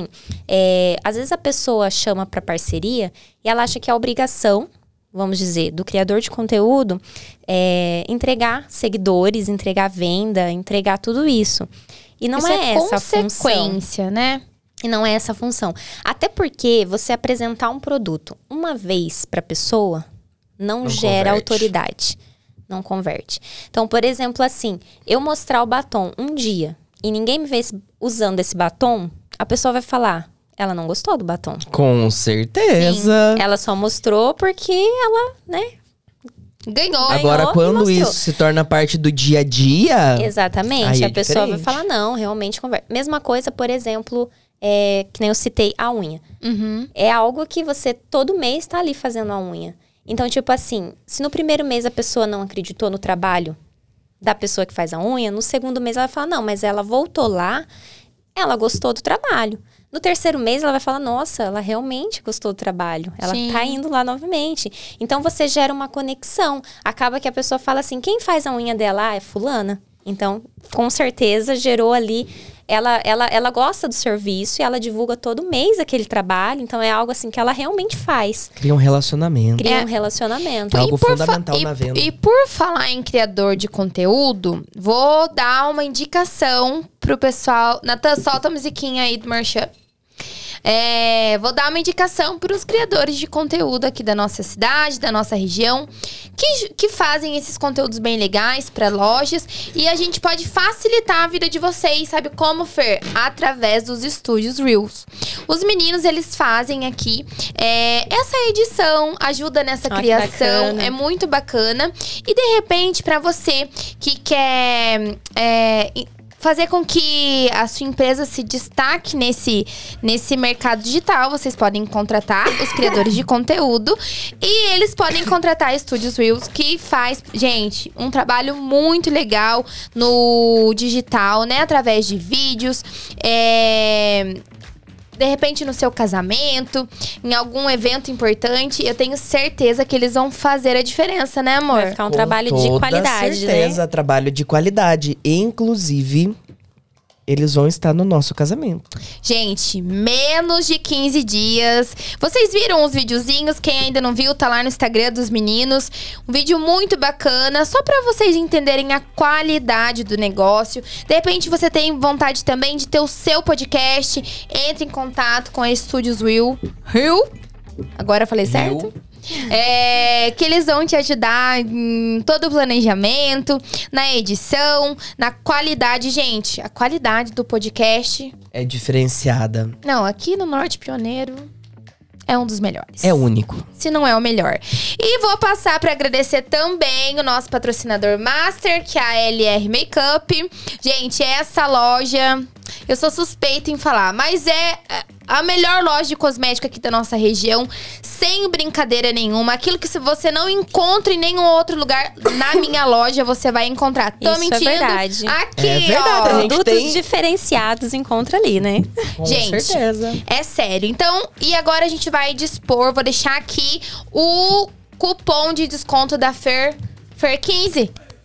é, às vezes a pessoa chama para parceria e ela acha que é obrigação, vamos dizer, do criador de conteúdo é, entregar seguidores, entregar venda, entregar tudo isso. E não Isso é, é essa a função. consequência, né? E não é essa a função. Até porque você apresentar um produto uma vez para a pessoa não, Não gera converte. autoridade. Não converte. Então, por exemplo, assim, eu mostrar o batom um dia e ninguém me vê esse- usando esse batom, a pessoa vai falar, ela não gostou do batom. Com certeza. Ela só mostrou porque ela, né? Ganhou. Agora, ganhou e quando mostrou. isso se torna parte do dia a dia, Exatamente. Aí é a pessoa vai diferente. falar, não, realmente conversa. Mesma coisa, por exemplo, é, que nem eu citei, a unha. Uhum. É algo que você todo mês tá ali fazendo a unha. Então, tipo assim, se no primeiro mês a pessoa não acreditou no trabalho da pessoa que faz a unha, no segundo mês ela vai falar, não, mas ela voltou lá, ela gostou do trabalho. No terceiro mês ela vai falar, nossa, ela realmente gostou do trabalho. Ela Sim. tá indo lá novamente. Então você gera uma conexão. Acaba que a pessoa fala assim, quem faz a unha dela? Ah, é fulana. Então, com certeza, gerou ali... Ela, ela, ela gosta do serviço e ela divulga todo mês aquele trabalho. Então, é algo assim que ela realmente faz. cria um relacionamento. Cria É. um relacionamento. É algo E por fa- fundamental e- na venda. E por falar em criador de conteúdo, vou dar uma indicação pro pessoal. Natan, solta a musiquinha aí do Merchan. É, vou dar uma indicação para os criadores de conteúdo aqui da nossa cidade, da nossa região, que, que fazem esses conteúdos bem legais para lojas. E a gente pode facilitar a vida de vocês, sabe como, Fer? Através dos estúdios Reels. Os meninos, eles fazem aqui é, essa edição, ajuda nessa Ah, que criação. bacana. É muito bacana. E, de repente, para você que quer... É, fazer com que a sua empresa se destaque nesse, nesse mercado digital, vocês podem contratar os criadores de conteúdo e eles podem contratar estúdios Reels, que faz, gente, um trabalho muito legal no digital, né? Através de vídeos, é... de repente no seu casamento, em algum evento importante, eu tenho certeza que eles vão fazer a diferença, né, amor? Vai ficar um Com trabalho de toda qualidade, certeza, né? trabalho de qualidade. Inclusive, eles vão estar no nosso casamento. Gente, menos de quinze dias. Vocês viram os videozinhos? Quem ainda não viu, tá lá no Instagram dos meninos. Um vídeo muito bacana, só pra vocês entenderem a qualidade do negócio. De repente, você tem vontade também de ter o seu podcast. Entre em contato com a Estúdios Will. Will? Agora eu falei certo? Will. É, que eles vão te ajudar em todo o planejamento, na edição, na qualidade. Gente, a qualidade do podcast... É diferenciada. Não, aqui no Norte Pioneiro é um dos melhores. É único. Se não é o melhor. E vou passar para agradecer também o nosso patrocinador master, que é a L R Makeup. Gente, essa loja, eu sou suspeita em falar, mas é a melhor loja de cosmética aqui da nossa região, sem brincadeira nenhuma. Aquilo que se você não encontra em nenhum outro lugar, na minha loja você vai encontrar. Tô Isso é mentindo? verdade. Aqui, É verdade, ó. a gente Produtos tem- diferenciados encontra ali, né? Com Gente, certeza. É sério. Então, e agora a gente vai dispor, vou deixar aqui o cupom de desconto da Fer, Fer quinze.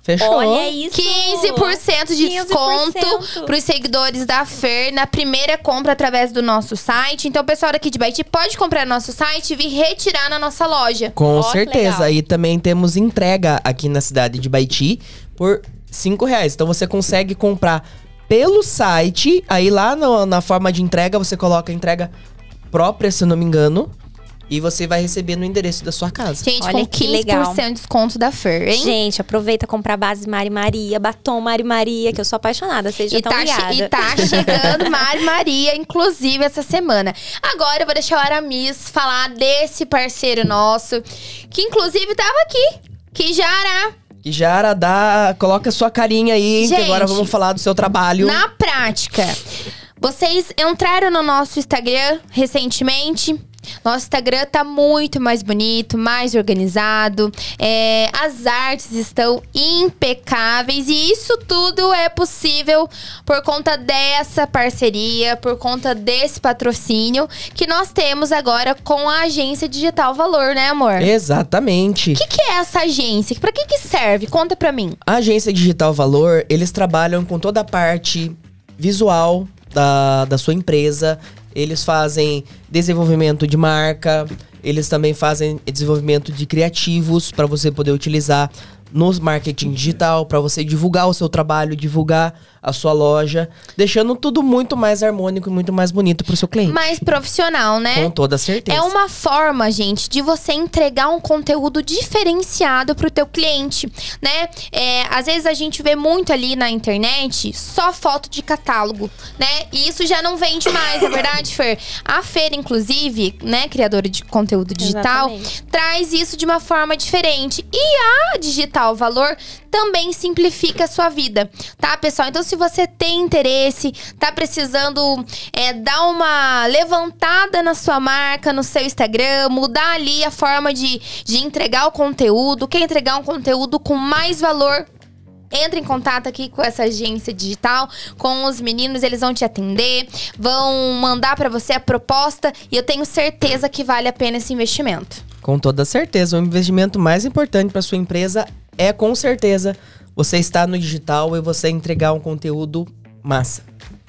Fechou. Olha isso! quinze por cento de quinze por cento. desconto pros seguidores da Fer na primeira compra através do nosso site. Então, o pessoal daqui de Baiti pode comprar no nosso site e vir retirar na nossa loja. Com Ó, que certeza. legal. E também temos entrega aqui na cidade de Baiti por cinco reais. Então você consegue comprar pelo site. Aí lá no- na forma de entrega, você coloca a entrega própria, se eu não me engano. E você vai receber no endereço da sua casa. Gente, Olha com que quinze por cento legal. de desconto da Fer, hein? Gente, aproveita comprar base Mari Maria, batom Mari Maria, que eu sou apaixonada, vocês já E estão tá, che- ligadas. e tá chegando Mari Maria, inclusive, essa semana. Agora eu vou deixar o Aramis falar desse parceiro nosso, que inclusive tava aqui, que já era E Jara, dá, coloca sua carinha aí, Gente, que agora vamos falar do seu trabalho. na prática. Vocês entraram no nosso Instagram recentemente. Nosso Instagram tá muito mais bonito, mais organizado. É, as artes estão impecáveis. E isso tudo é possível por conta dessa parceria, por conta desse patrocínio que nós temos agora com a agência Digital Valor, né, amor? Exatamente. O que, que é essa agência? Pra que, que serve? Conta pra mim. A agência Digital Valor, eles trabalham com toda a parte visual da, da sua empresa. Eles fazem desenvolvimento de marca, eles também fazem desenvolvimento de criativos para você poder utilizar no marketing digital, para você divulgar o seu trabalho, divulgar a sua loja, deixando tudo muito mais harmônico e muito mais bonito pro seu cliente. Mais profissional, né? Com toda certeza. É uma forma, gente, de você entregar um conteúdo diferenciado pro teu cliente, né? É, às vezes a gente vê muito ali na internet só foto de catálogo, né? E isso já não vende mais, é verdade, Fer? A Fer, inclusive, né, criadora de conteúdo digital, Exatamente. traz isso de uma forma diferente. E a Digital Valor também simplifica a sua vida, tá, pessoal? Então, se você tem interesse, tá precisando é, dar uma levantada na sua marca, no seu Instagram, mudar ali a forma de, de entregar o conteúdo, quer entregar um conteúdo com mais valor, entre em contato aqui com essa agência digital, com os meninos, eles vão te atender, vão mandar pra você a proposta e eu tenho certeza que vale a pena esse investimento. Com toda certeza, o investimento mais importante para sua empresa é, com certeza, você estar no digital e você entregar um conteúdo massa.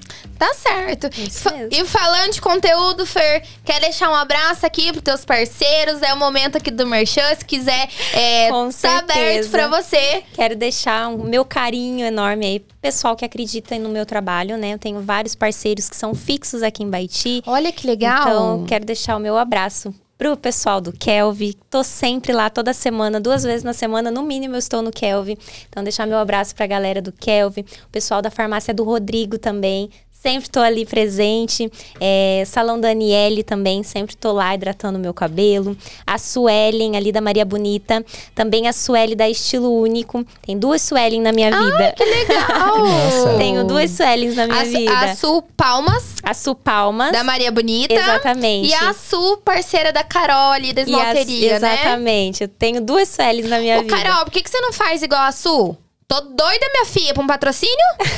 Tá certo. Isso Fa- mesmo. E falando de conteúdo, Fer, quer deixar um abraço aqui pros teus parceiros? É o momento aqui do Merchan, se quiser, é, Com tá aberto certeza. pra você. Quero deixar o meu carinho enorme aí pro pessoal que acredita no meu trabalho, né? Eu tenho vários parceiros que são fixos aqui em Baiti. Olha que legal. Então, quero deixar o meu abraço pro pessoal do Kelvin. Tô sempre lá toda semana, duas vezes na semana, no mínimo eu estou no Kelvin. Então, deixar meu abraço pra galera do Kelvin, o pessoal da farmácia do Rodrigo também. Sempre tô ali presente. É, Salão Daniele também, sempre tô lá hidratando meu cabelo. A Suelen, ali da Maria Bonita. Também a Sueli da Estilo Único. Tem duas Suelen na minha vida. Que legal. Nossa. Tenho duas Suelens na minha a, Su- vida. a Su Palmas, A Su Palmas. da Maria Bonita. Exatamente. E a Su, parceira da Carol ali, da E as- esmalteria, né? Exatamente. Eu tenho duas Suelens na minha Ô, vida. Carol, por que, que você não faz igual a Su? Tô doida, minha filha, pra um patrocínio?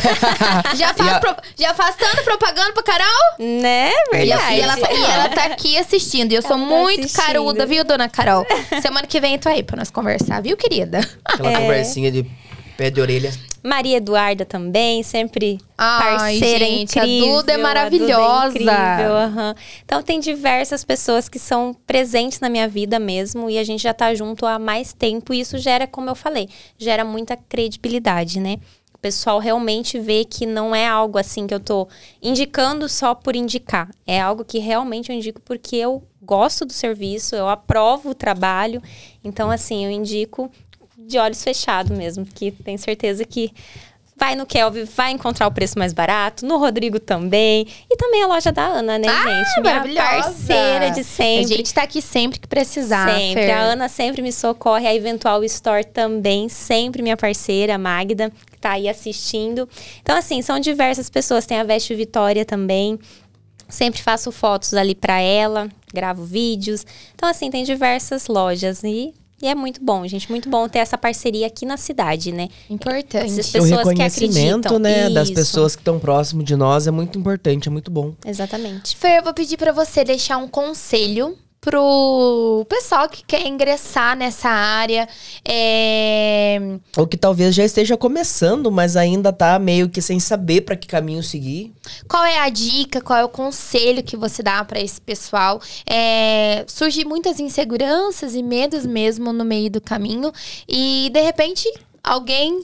já, faz E a- pro- já faz tanto propaganda pra Carol? Né? E, a- Verdade. e ela, tá- e ela tá aqui assistindo. E eu sou Ela tá muito assistindo. caruda, viu, dona Carol? Semana que vem eu tô aí pra nós conversar, viu, querida? Aquela É. conversinha de pé de orelha. Maria Eduarda também, sempre Ai, parceira gente, a incrível. Duda é a Duda é maravilhosa. incrível, aham. Então tem diversas pessoas que são presentes na minha vida mesmo e a gente já tá junto há mais tempo e isso gera, como eu falei, gera muita credibilidade, né? O pessoal realmente vê que não é algo assim que eu tô indicando só por indicar. É algo que realmente eu indico porque eu gosto do serviço, eu aprovo o trabalho. Então, assim, eu indico de olhos fechados mesmo, porque tenho certeza que vai no Kelvin, vai encontrar o preço mais barato, no Rodrigo também, e também a loja da Ana, né, Ah, gente? Minha maravilhosa. parceira de sempre. A gente tá aqui sempre que precisar, Sempre. Fer. A Ana sempre me socorre, a Eventual Store também, sempre minha parceira, a Magda, que tá aí assistindo. Então, assim, são diversas pessoas. Tem a Veste Vitória também. Sempre faço fotos ali pra ela, gravo vídeos. Então, assim, tem diversas lojas e... E é muito bom, gente. Muito bom ter essa parceria aqui na cidade, né? Importante. Essas O pessoas que reconhecimento, acreditam. né, das Isso. pessoas que estão próximo de nós é muito importante, é muito bom. Exatamente. Fer, eu vou pedir pra você deixar um conselho pro pessoal que quer ingressar nessa área? É... Ou que talvez já esteja começando, mas ainda tá meio que sem saber para que caminho seguir. Qual é a dica, qual é o conselho que você dá para esse pessoal? É... Surgem muitas inseguranças e medos mesmo no meio do caminho. E, de repente, alguém...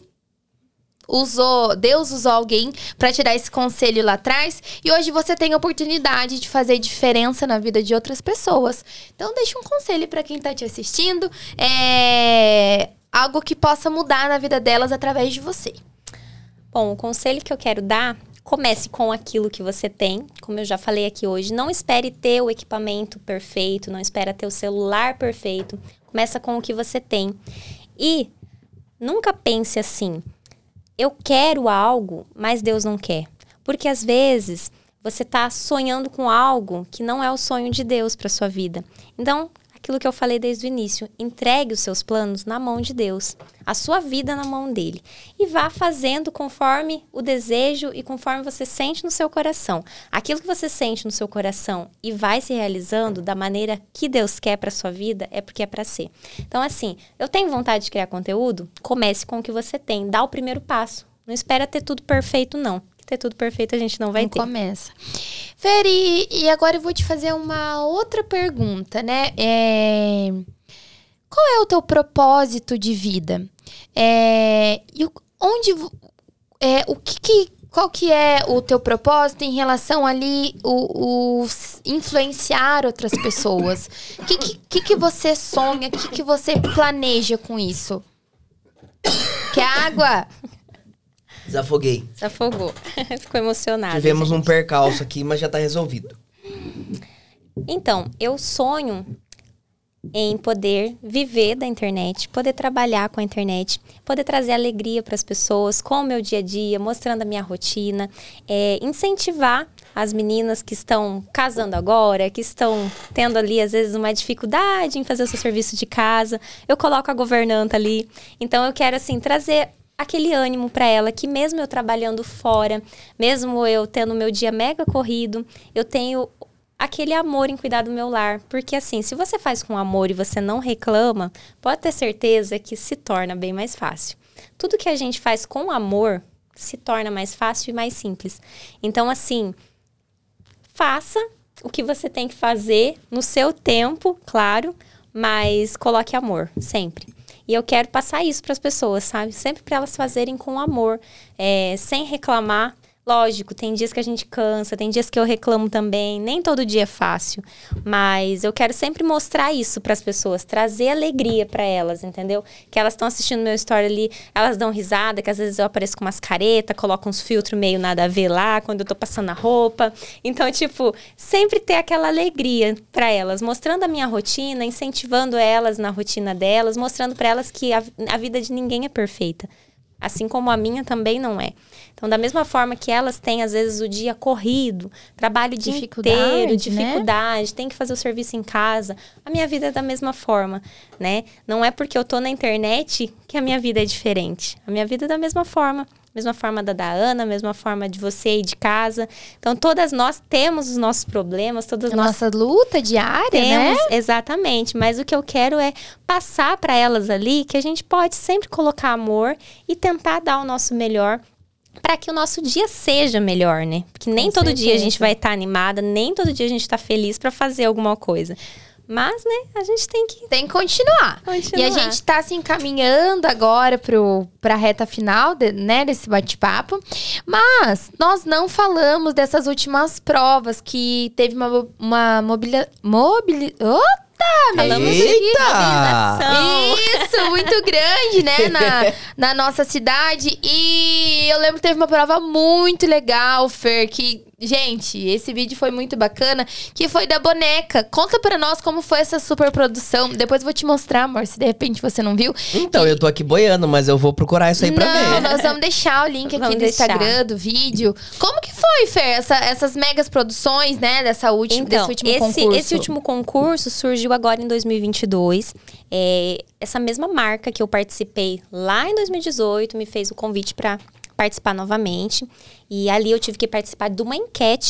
usou, Deus usou alguém para te dar esse conselho lá atrás e hoje você tem a oportunidade de fazer diferença na vida de outras pessoas. Então deixa um conselho para quem tá te assistindo, é algo que possa mudar na vida delas através de você. Bom, o conselho que eu quero dar, comece com aquilo que você tem, como eu já falei aqui hoje. Não espere ter o equipamento perfeito, não espere ter o celular perfeito. Começa com o que você tem. E nunca pense assim: eu quero algo, mas Deus não quer. Porque às vezes você está sonhando com algo que não é o sonho de Deus para sua vida. Então, aquilo que eu falei desde o início, entregue os seus planos na mão de Deus, a sua vida na mão dele. E vá fazendo conforme o desejo e conforme você sente no seu coração. Aquilo que você sente no seu coração e vai se realizando da maneira que Deus quer para sua vida, é porque é para ser. Então, assim, eu tenho vontade de criar conteúdo? Comece com o que você tem, dá o primeiro passo. Não espera ter tudo perfeito, não. Ter tudo perfeito a gente não vai não ter. Começa. Fer, e, e agora eu vou te fazer uma outra pergunta, né? É... Qual é o teu propósito de vida? É... E onde... É, o que, que qual que é o teu propósito em relação ali o, o influenciar outras pessoas? O que, que, que você sonha? O que, que você planeja com isso? Quer água? Desafoguei. Desafogou. Ficou emocionado. Tivemos gente. um percalço aqui, mas já tá resolvido. Então, eu sonho em poder viver da internet, poder trabalhar com a internet, poder trazer alegria para as pessoas com o meu dia a dia, mostrando a minha rotina, é, incentivar as meninas que estão casando agora, que estão tendo ali, às vezes, uma dificuldade em fazer o seu serviço de casa. Eu coloco a governanta ali. Então, eu quero, assim, trazer aquele ânimo para ela, que mesmo eu trabalhando fora, mesmo eu tendo o meu dia mega corrido, eu tenho aquele amor em cuidar do meu lar. Porque assim, se você faz com amor e você não reclama, pode ter certeza que se torna bem mais fácil. Tudo que a gente faz com amor se torna mais fácil e mais simples. Então assim, faça o que você tem que fazer no seu tempo, claro, mas coloque amor, sempre. E eu quero passar isso para as pessoas, sabe? Sempre para elas fazerem com amor, é, sem reclamar. Lógico, tem dias que a gente cansa, tem dias que eu reclamo também. Nem todo dia é fácil. Mas eu quero sempre mostrar isso para as pessoas, trazer alegria para elas, entendeu? Que elas estão assistindo meu story ali, elas dão risada, que às vezes eu apareço com umas caretas, coloco uns filtros meio nada a ver lá, quando eu tô passando a roupa. Então, tipo, sempre ter aquela alegria para elas, mostrando a minha rotina, incentivando elas na rotina delas, mostrando para elas que a, a vida de ninguém é perfeita. Assim como a minha também não é. Então, da mesma forma que elas têm, às vezes, o dia corrido, trabalho o dia inteiro, dificuldade, né? Tem que fazer o serviço em casa. A minha vida é da mesma forma, né? Não é porque eu tô na internet que a minha vida é diferente. A minha vida é da mesma forma. Mesma forma da da Ana, mesma forma de você aí de casa. Então, todas nós temos os nossos problemas, todas a nós... nossa luta diária, temos, né? Exatamente. Mas o que eu quero é passar para elas ali que a gente pode sempre colocar amor e tentar dar o nosso melhor para que o nosso dia seja melhor, né? Porque nem Com todo certeza. dia a gente vai estar animada, nem todo dia a gente está feliz para fazer alguma coisa. Mas, né, a gente tem que... Tem que continuar. continuar. E a gente tá se encaminhando agora pro, pra reta final, de, né, desse bate-papo. Mas nós não falamos dessas últimas provas que teve uma, uma mobili... mobili... Opa! Falamos Eita! de mobilização. Isso, muito grande, né, na, na nossa cidade. E eu lembro que teve uma prova muito legal, Fer, que... Gente, esse vídeo foi muito bacana, que foi da boneca. Conta pra nós como foi essa super produção. Depois eu vou te mostrar, amor, se de repente você não viu. Então, e... eu tô aqui boiando, mas eu vou procurar isso aí pra não, ver. nós vamos deixar o link aqui Vamos no deixar. Instagram do vídeo. Como que foi, Fer, essa, essas megas produções, né, dessa última, Então, desse último esse, concurso? esse último concurso surgiu agora em dois mil e vinte e dois. É, essa mesma marca que eu participei lá em dois mil e dezoito me fez o convite para participar novamente. E ali eu tive que participar de uma enquete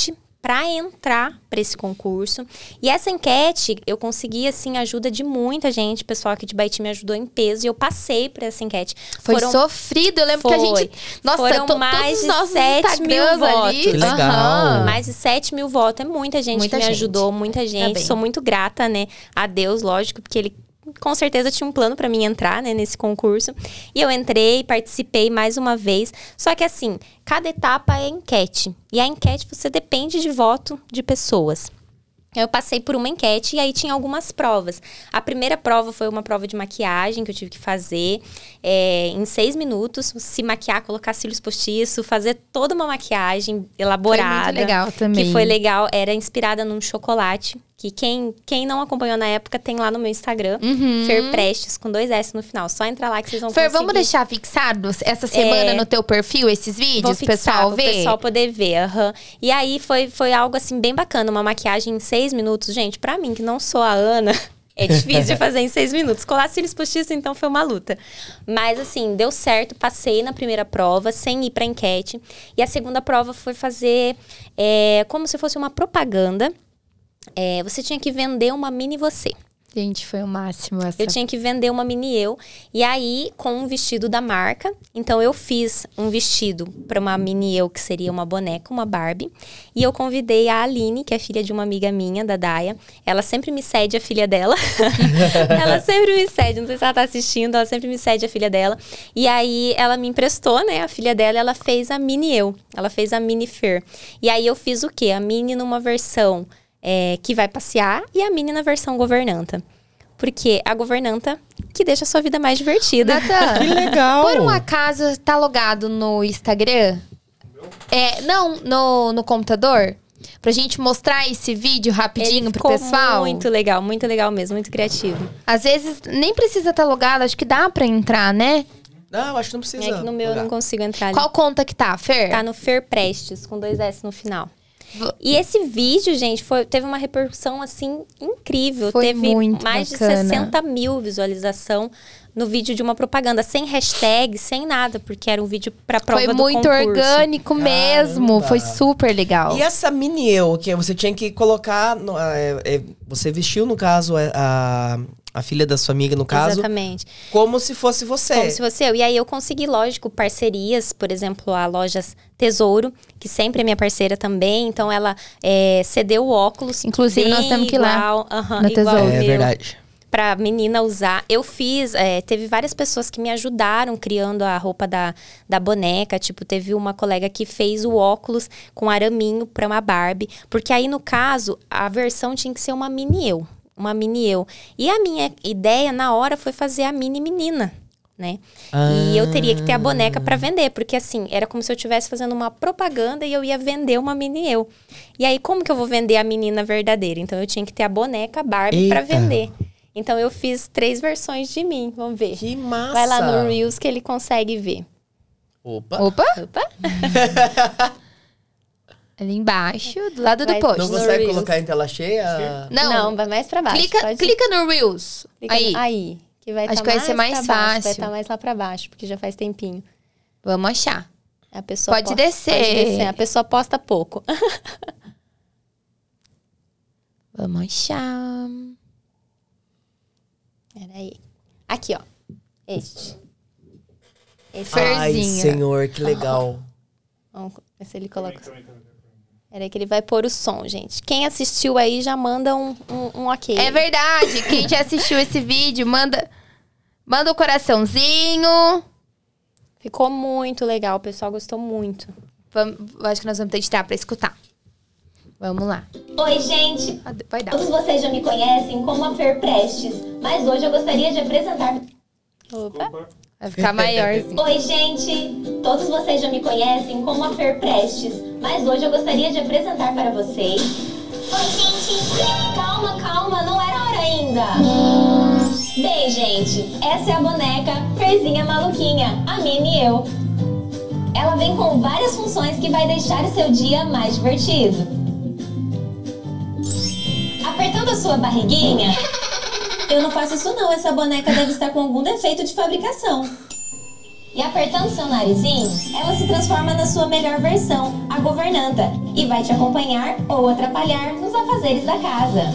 para entrar para esse concurso. E essa enquete, eu consegui, assim, ajuda de muita gente. O pessoal aqui de Baiti me ajudou em peso e eu passei para essa enquete. Foi Foram, sofrido, eu lembro foi. que a gente... Nossa, Foram to, mais todos os de nossos sete mil Instagrams votos. ali. Que legal. Aham. Mais de sete mil votos. É muita gente Muita que gente. me ajudou, muita gente. bem. Sou muito grata, né, a Deus, lógico, porque ele com certeza tinha um plano para mim entrar, né, nesse concurso. E eu entrei, participei mais uma vez. Só que assim, cada etapa é enquete. E a enquete você depende de voto de pessoas. Eu passei por uma enquete e aí tinha algumas provas. A primeira prova foi uma prova de maquiagem que eu tive que fazer é, em seis minutos. Se maquiar, colocar cílios postiços, fazer toda uma maquiagem elaborada. Foi muito legal também. Que foi legal, era inspirada num chocolate. Que quem, quem não acompanhou na época tem lá no meu Instagram. Uhum. Fer Prestes, com dois S no final. Só entrar lá que vocês vão Fer, conseguir. vamos deixar fixado essa semana É. no teu perfil esses vídeos, Vou fixar, pessoal pro ver? pessoal poder ver, aham. E aí foi, foi algo assim bem bacana, uma maquiagem em seis minutos. Gente, pra mim, que não sou a Ana, é difícil de fazer em seis minutos. Colar cílios postiços, então, foi uma luta. Mas assim, deu certo, passei na primeira prova, sem ir pra enquete. E a segunda prova foi fazer é, como se fosse uma propaganda. É, você tinha que vender uma mini você. Gente, foi o máximo essa. Eu tinha que vender uma mini eu. E aí, com um vestido da marca. Então, eu fiz um vestido para uma mini eu, que seria uma boneca, uma Barbie. E eu convidei a Aline, que é filha de uma amiga minha, da Daya. Ela sempre me cede a filha dela. Ela sempre me cede. Não sei se ela tá assistindo. Ela sempre me cede a filha dela. E aí, ela me emprestou, né? A filha dela, ela fez a mini eu. Ela fez a mini Fer. E aí, eu fiz o quê? A mini numa versão... É, que vai passear, e a mini na versão governanta. Porque a governanta que deixa a sua vida mais divertida. Natan, Que legal. por um acaso, tá logado no Instagram? É, não, no, no computador? Pra gente mostrar esse vídeo rapidinho Ele pro ficou pessoal? muito legal, muito legal mesmo, muito criativo. Às vezes, nem precisa estar logado, acho que dá pra entrar, né? Não, acho que não precisa. É que no meu eu não consigo entrar ali. Qual conta que tá, Fer? Tá no Fer Prestes, com dois S no final. V- E esse vídeo, gente, foi, teve uma repercussão, assim, incrível. Foi teve muito mais bacana. de sessenta mil visualização no vídeo de uma propaganda, sem hashtag, sem nada, porque era um vídeo pra prova Foi do muito concurso. orgânico mesmo, Caramba. foi super legal. E essa mini eu, que você tinha que colocar... no- é, é, você vestiu, no caso, é, a, a filha da sua amiga, no caso, Exatamente. como se fosse você. Como se fosse eu. E aí eu consegui, lógico, parcerias, por exemplo, a Lojas Tesouro, que sempre é minha parceira também. Então ela é, cedeu o óculos. Inclusive, nós bem temos que ir lá igual, aham, no igual Tesouro. ao É meu, verdade. pra menina usar. Eu fiz, é, teve várias pessoas que me ajudaram criando a roupa da, da boneca. Tipo, teve uma colega que fez o óculos com araminho pra uma Barbie. Porque aí, no caso, a versão tinha que ser uma mini eu. Uma mini eu. E a minha ideia, na hora, foi fazer a mini menina, né? Ah. E eu teria que ter a boneca pra vender. Porque, assim, era como se eu estivesse fazendo uma propaganda e eu ia vender uma mini eu. E aí, como que eu vou vender a menina verdadeira? Então, eu tinha que ter a boneca Barbie pra Eita. vender. Então, eu fiz três versões de mim. Vamos ver. Que massa. Vai lá no Reels que ele consegue ver. Opa. Opa, Opa! ali embaixo, do lado Vai- do post. Não No consegue Reels. colocar em tela cheia? Não, Não, vai mais pra baixo. clica, pode- clica no Reels. clica Aí, no- Aí. Que vai Acho tá que vai ser mais pra baixo, Vai fácil. estar mais lá pra baixo, porque já faz tempinho. vamos achar. A pessoa Pode posta- descer. Pode descer. A pessoa posta pouco. Vamos achar. Peraí. Aqui, ó. Este. Esse. Fer- Ai, Ferzinha. senhor, que legal. Vamos ver se ele coloca. Peraí que ele vai pôr o som, gente. Quem assistiu aí já manda um, um, um ok. É verdade, quem já assistiu esse vídeo, manda, manda o coraçãozinho. Ficou muito legal, o pessoal gostou muito. Vamos, eu acho que nós vamos ter que tirar pra escutar. Vamos lá. Oi, gente! Pode- Pode dar. Todos vocês já me conhecem como a Fer Prestes, mas hoje eu gostaria de apresentar... Opa. Vai ficar maiorzinho. Oi, gente! Todos vocês já me conhecem como a Fer Prestes, mas hoje eu gostaria de apresentar para vocês... Oi, gente! Calma, calma, não era hora ainda! Bem, gente, essa é a boneca Ferzinha Maluquinha, a mini eu. Ela vem com várias funções que vai deixar o seu dia mais divertido. Apertando a sua barriguinha... Eu não faço isso não, essa boneca deve estar com algum defeito de fabricação. E apertando seu narizinho, ela se transforma na sua melhor versão, a governanta, e vai te acompanhar ou atrapalhar nos afazeres da casa.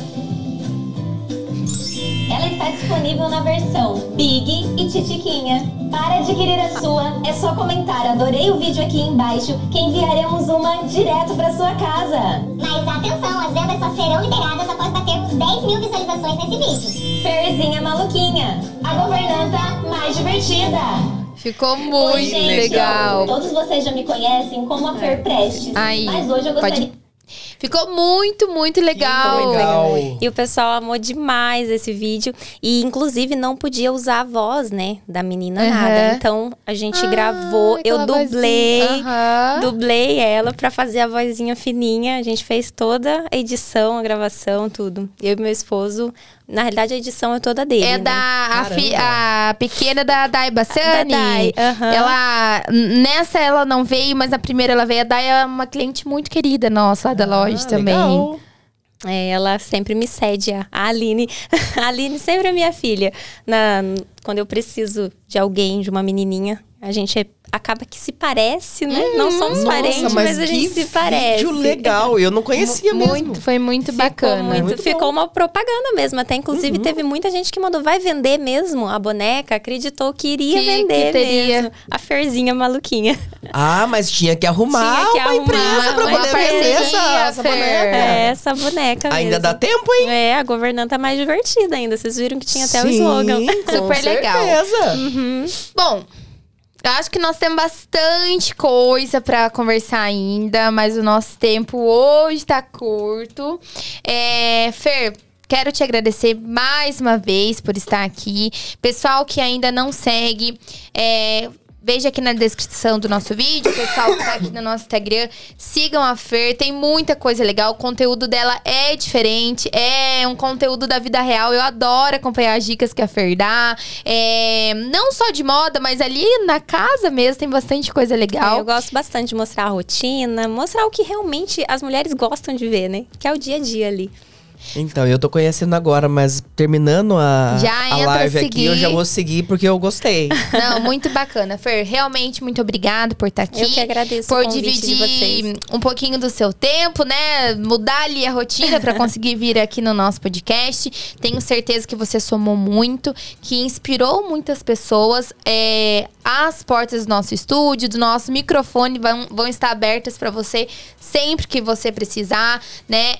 Ela está disponível na versão Big e Titiquinha. Para adquirir a sua, é só comentar "adorei o vídeo" aqui embaixo, que enviaremos uma direto para sua casa. Mas atenção, as vendas só serão liberadas após batermos dez mil visualizações nesse vídeo. Ferzinha Maluquinha, a governanta mais divertida. Ficou muito Oi, gente, legal. Todos vocês já me conhecem como a Fer Prestes, Aí, mas hoje eu gostaria... pode... Ficou muito, muito legal. Que legal. E o pessoal amou demais esse vídeo. E, inclusive, não podia usar a voz, né? Da menina, Uhum. nada. Então, a gente Ah, gravou. Eu aquela dublei. vozinha. Aham. Dublei ela pra fazer a vozinha fininha. A gente fez toda a edição, a gravação, tudo. Eu e meu esposo... Na realidade, a edição é toda dele, É né? da a, fi- a pequena da Dai Bassani. Da Dai, aham. Ela nessa ela não veio, mas na primeira ela veio. A Dai é uma cliente muito querida nossa lá da loja também. Legal. É, ela sempre me cede, a a Aline. A Aline sempre é minha filha. Na, quando eu preciso de alguém, de uma menininha, a gente é- acaba que se parece, né? Não somos Nossa, parentes, mas, a gente se parece. vídeo legal. Eu não conhecia mesmo. Muito, foi muito Ficou bacana. muito- Muito ficou bom. uma propaganda mesmo. Até, inclusive, teve muita gente que mandou, vai vender mesmo a boneca? Acreditou que iria Que- vender que teria. mesmo. A Ferzinha Maluquinha. Ah, mas tinha que arrumar Tinha que uma arrumar empresa pra uma poder vender parceria, essa, essa Fer. boneca. É, essa boneca Ainda mesmo. dá tempo, hein? É, a governanta mais divertida ainda. Vocês viram que tinha até o Sim, slogan. com Super legal. certeza. Bom, eu acho que nós temos bastante coisa pra conversar ainda, mas o nosso tempo hoje tá curto. É, Fer, quero te agradecer mais uma vez por estar aqui. Pessoal que ainda não segue, é, veja aqui na descrição do nosso vídeo. Pessoal que tá aqui no nosso Instagram, sigam a Fer. Tem muita coisa legal. O conteúdo dela é diferente. É um conteúdo da vida real. Eu adoro acompanhar as dicas que a Fer dá. É, não só de moda, mas ali na casa mesmo tem bastante coisa legal. É, eu gosto bastante de mostrar a rotina, mostrar o que realmente as mulheres gostam de ver, né? Que é o dia a dia ali. Então, eu tô conhecendo agora, mas terminando a, Já a entra live aqui, seguir. eu já vou seguir porque eu gostei. Não, muito bacana. Fer, realmente muito obrigado por estar aqui. Eu que agradeço por o convite de dividir vocês. um pouquinho do seu tempo, né? Mudar ali a rotina para conseguir vir aqui no nosso podcast. Tenho certeza que você somou muito, que inspirou muitas pessoas. É, as portas do nosso estúdio, do nosso microfone vão, vão estar abertas para você sempre que você precisar, né?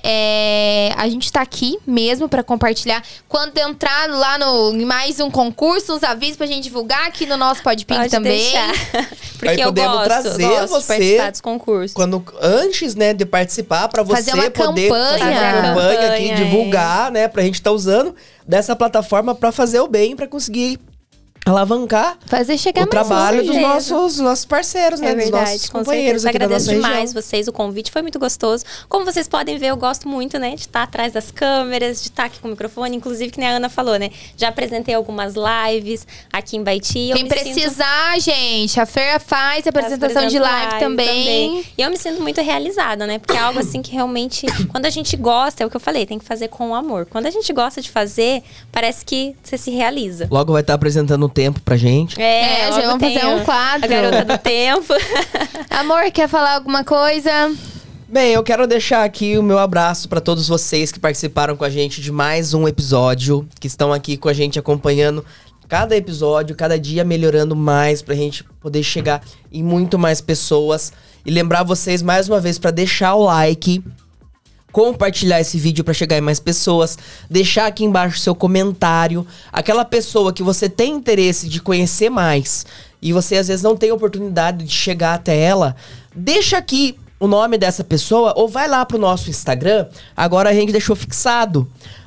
É, a gente tá aqui mesmo para compartilhar. Quando entrar lá no, em mais um concurso, uns avisos pra gente divulgar aqui no nosso Podpink Pode também. deixar. Porque Aí eu podemos gosto, trazer gosto você de participar dos concursos. Quando, antes, né, de participar, pra você Fazer uma poder campanha. fazer uma Fazer a campanha aqui, campanha, divulgar, né, pra gente estar usando dessa plataforma pra fazer o bem, pra conseguir alavancar Fazer chegar o mais trabalho dos certeza. nossos, nossos parceiros, né, É dos verdade, nossos com companheiros certeza. aqui da Agradeço nossa demais região. vocês, o convite foi muito gostoso. Como vocês podem ver, eu gosto muito, né, de estar atrás das câmeras, de estar aqui com o microfone. Inclusive, que nem a Ana falou, né, já apresentei algumas lives aqui em Baiti. Eu Quem me precisar, gente, a Fer faz a apresentação de apresento live, também. E eu me sinto muito realizada, né? Porque é algo assim que realmente, quando a gente gosta, é o que eu falei, tem que fazer com amor. Quando a gente gosta de fazer, parece que você se realiza. Logo vai estar apresentando o tempo pra gente. É, logo já vamos tem fazer um a- quadro. A garota do tempo. Amor, quer falar alguma coisa? Bem, eu quero deixar aqui o meu abraço pra todos vocês que participaram com a gente de mais um episódio, que estão aqui com a gente acompanhando cada episódio, cada dia melhorando mais pra gente poder chegar em muito mais pessoas. E lembrar vocês mais uma vez pra deixar o like, compartilhar esse vídeo pra chegar em mais pessoas, deixar aqui embaixo seu comentário, aquela pessoa que você tem interesse de conhecer mais e você às vezes não tem oportunidade de chegar até ela, deixa aqui o nome dessa pessoa ou vai lá pro nosso Instagram. Agora a gente deixou fixado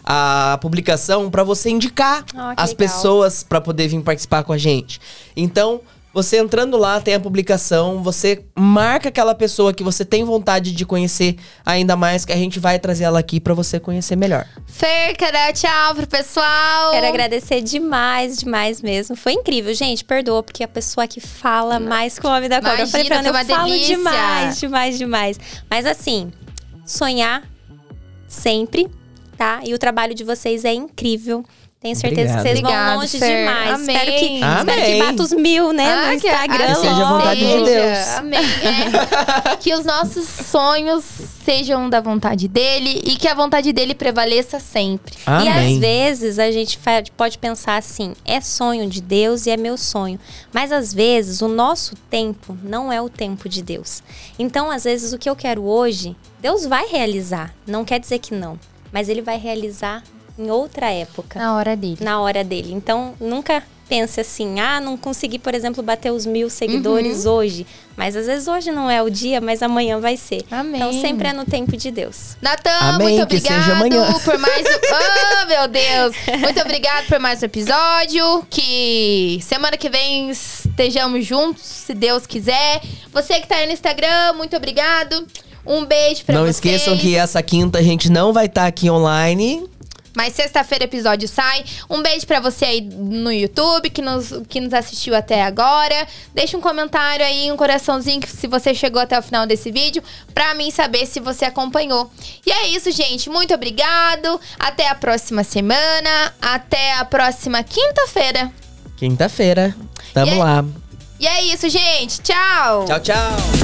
a publicação pra você indicar Ah, que as legal. pessoas pra poder vir participar com a gente. Então, você entrando lá, tem a publicação, você marca aquela pessoa que você tem vontade de conhecer ainda mais, que a gente vai trazer ela aqui pra você conhecer melhor. Fer, quer dar tchau pro pessoal? Quero agradecer demais, demais mesmo. Foi incrível, gente. Perdoa, porque a pessoa que fala mais que o homem da cobra. Eu falei pra Imagina, Ana, foi eu uma falo delícia. demais, demais, demais. Mas assim, sonhar sempre, tá? E o trabalho de vocês é incrível. Tenho certeza Obrigado. que vocês vão Obrigado, longe Fer. demais. Amém. Espero que, espero Amém. que bata os mil, né, Ah, no que- Instagram. que seja a logo. vontade de Deus. Amém. É. Que os nossos sonhos sejam da vontade dele e que a vontade dele prevaleça sempre. E às Amém. vezes a gente fa- pode pensar assim, é sonho de Deus e é meu sonho. Mas às vezes o nosso tempo não é o tempo de Deus. Então, às vezes, o que eu quero hoje, Deus vai realizar. Não quer dizer que não. Mas ele vai realizar em outra época. Na hora dele. Na hora dele. Então, nunca pense assim, ah, não consegui, por exemplo, bater os mil seguidores hoje. Mas às vezes hoje não é o dia, mas amanhã vai ser. Amém. Então, sempre é no tempo de Deus. Natan, Amém, muito que obrigado seja amanhã. por mais um... Oh, meu Deus! Muito obrigado por mais um episódio. Que semana que vem estejamos juntos, se Deus quiser. Você que tá aí no Instagram, muito obrigado. Um beijo pra Não vocês. esqueçam que essa quinta a gente não vai estar aqui online. Mas sexta-feira o episódio sai. Um beijo pra você aí no YouTube, que nos, que nos assistiu até agora. Deixa um comentário aí, um coraçãozinho, que se você chegou até o final desse vídeo, pra mim saber se você acompanhou. E é isso, gente. Muito obrigado. Até a próxima semana. Até a próxima quinta-feira. Quinta-feira. Tamo E aí? lá. E é isso, gente. Tchau. Tchau, tchau.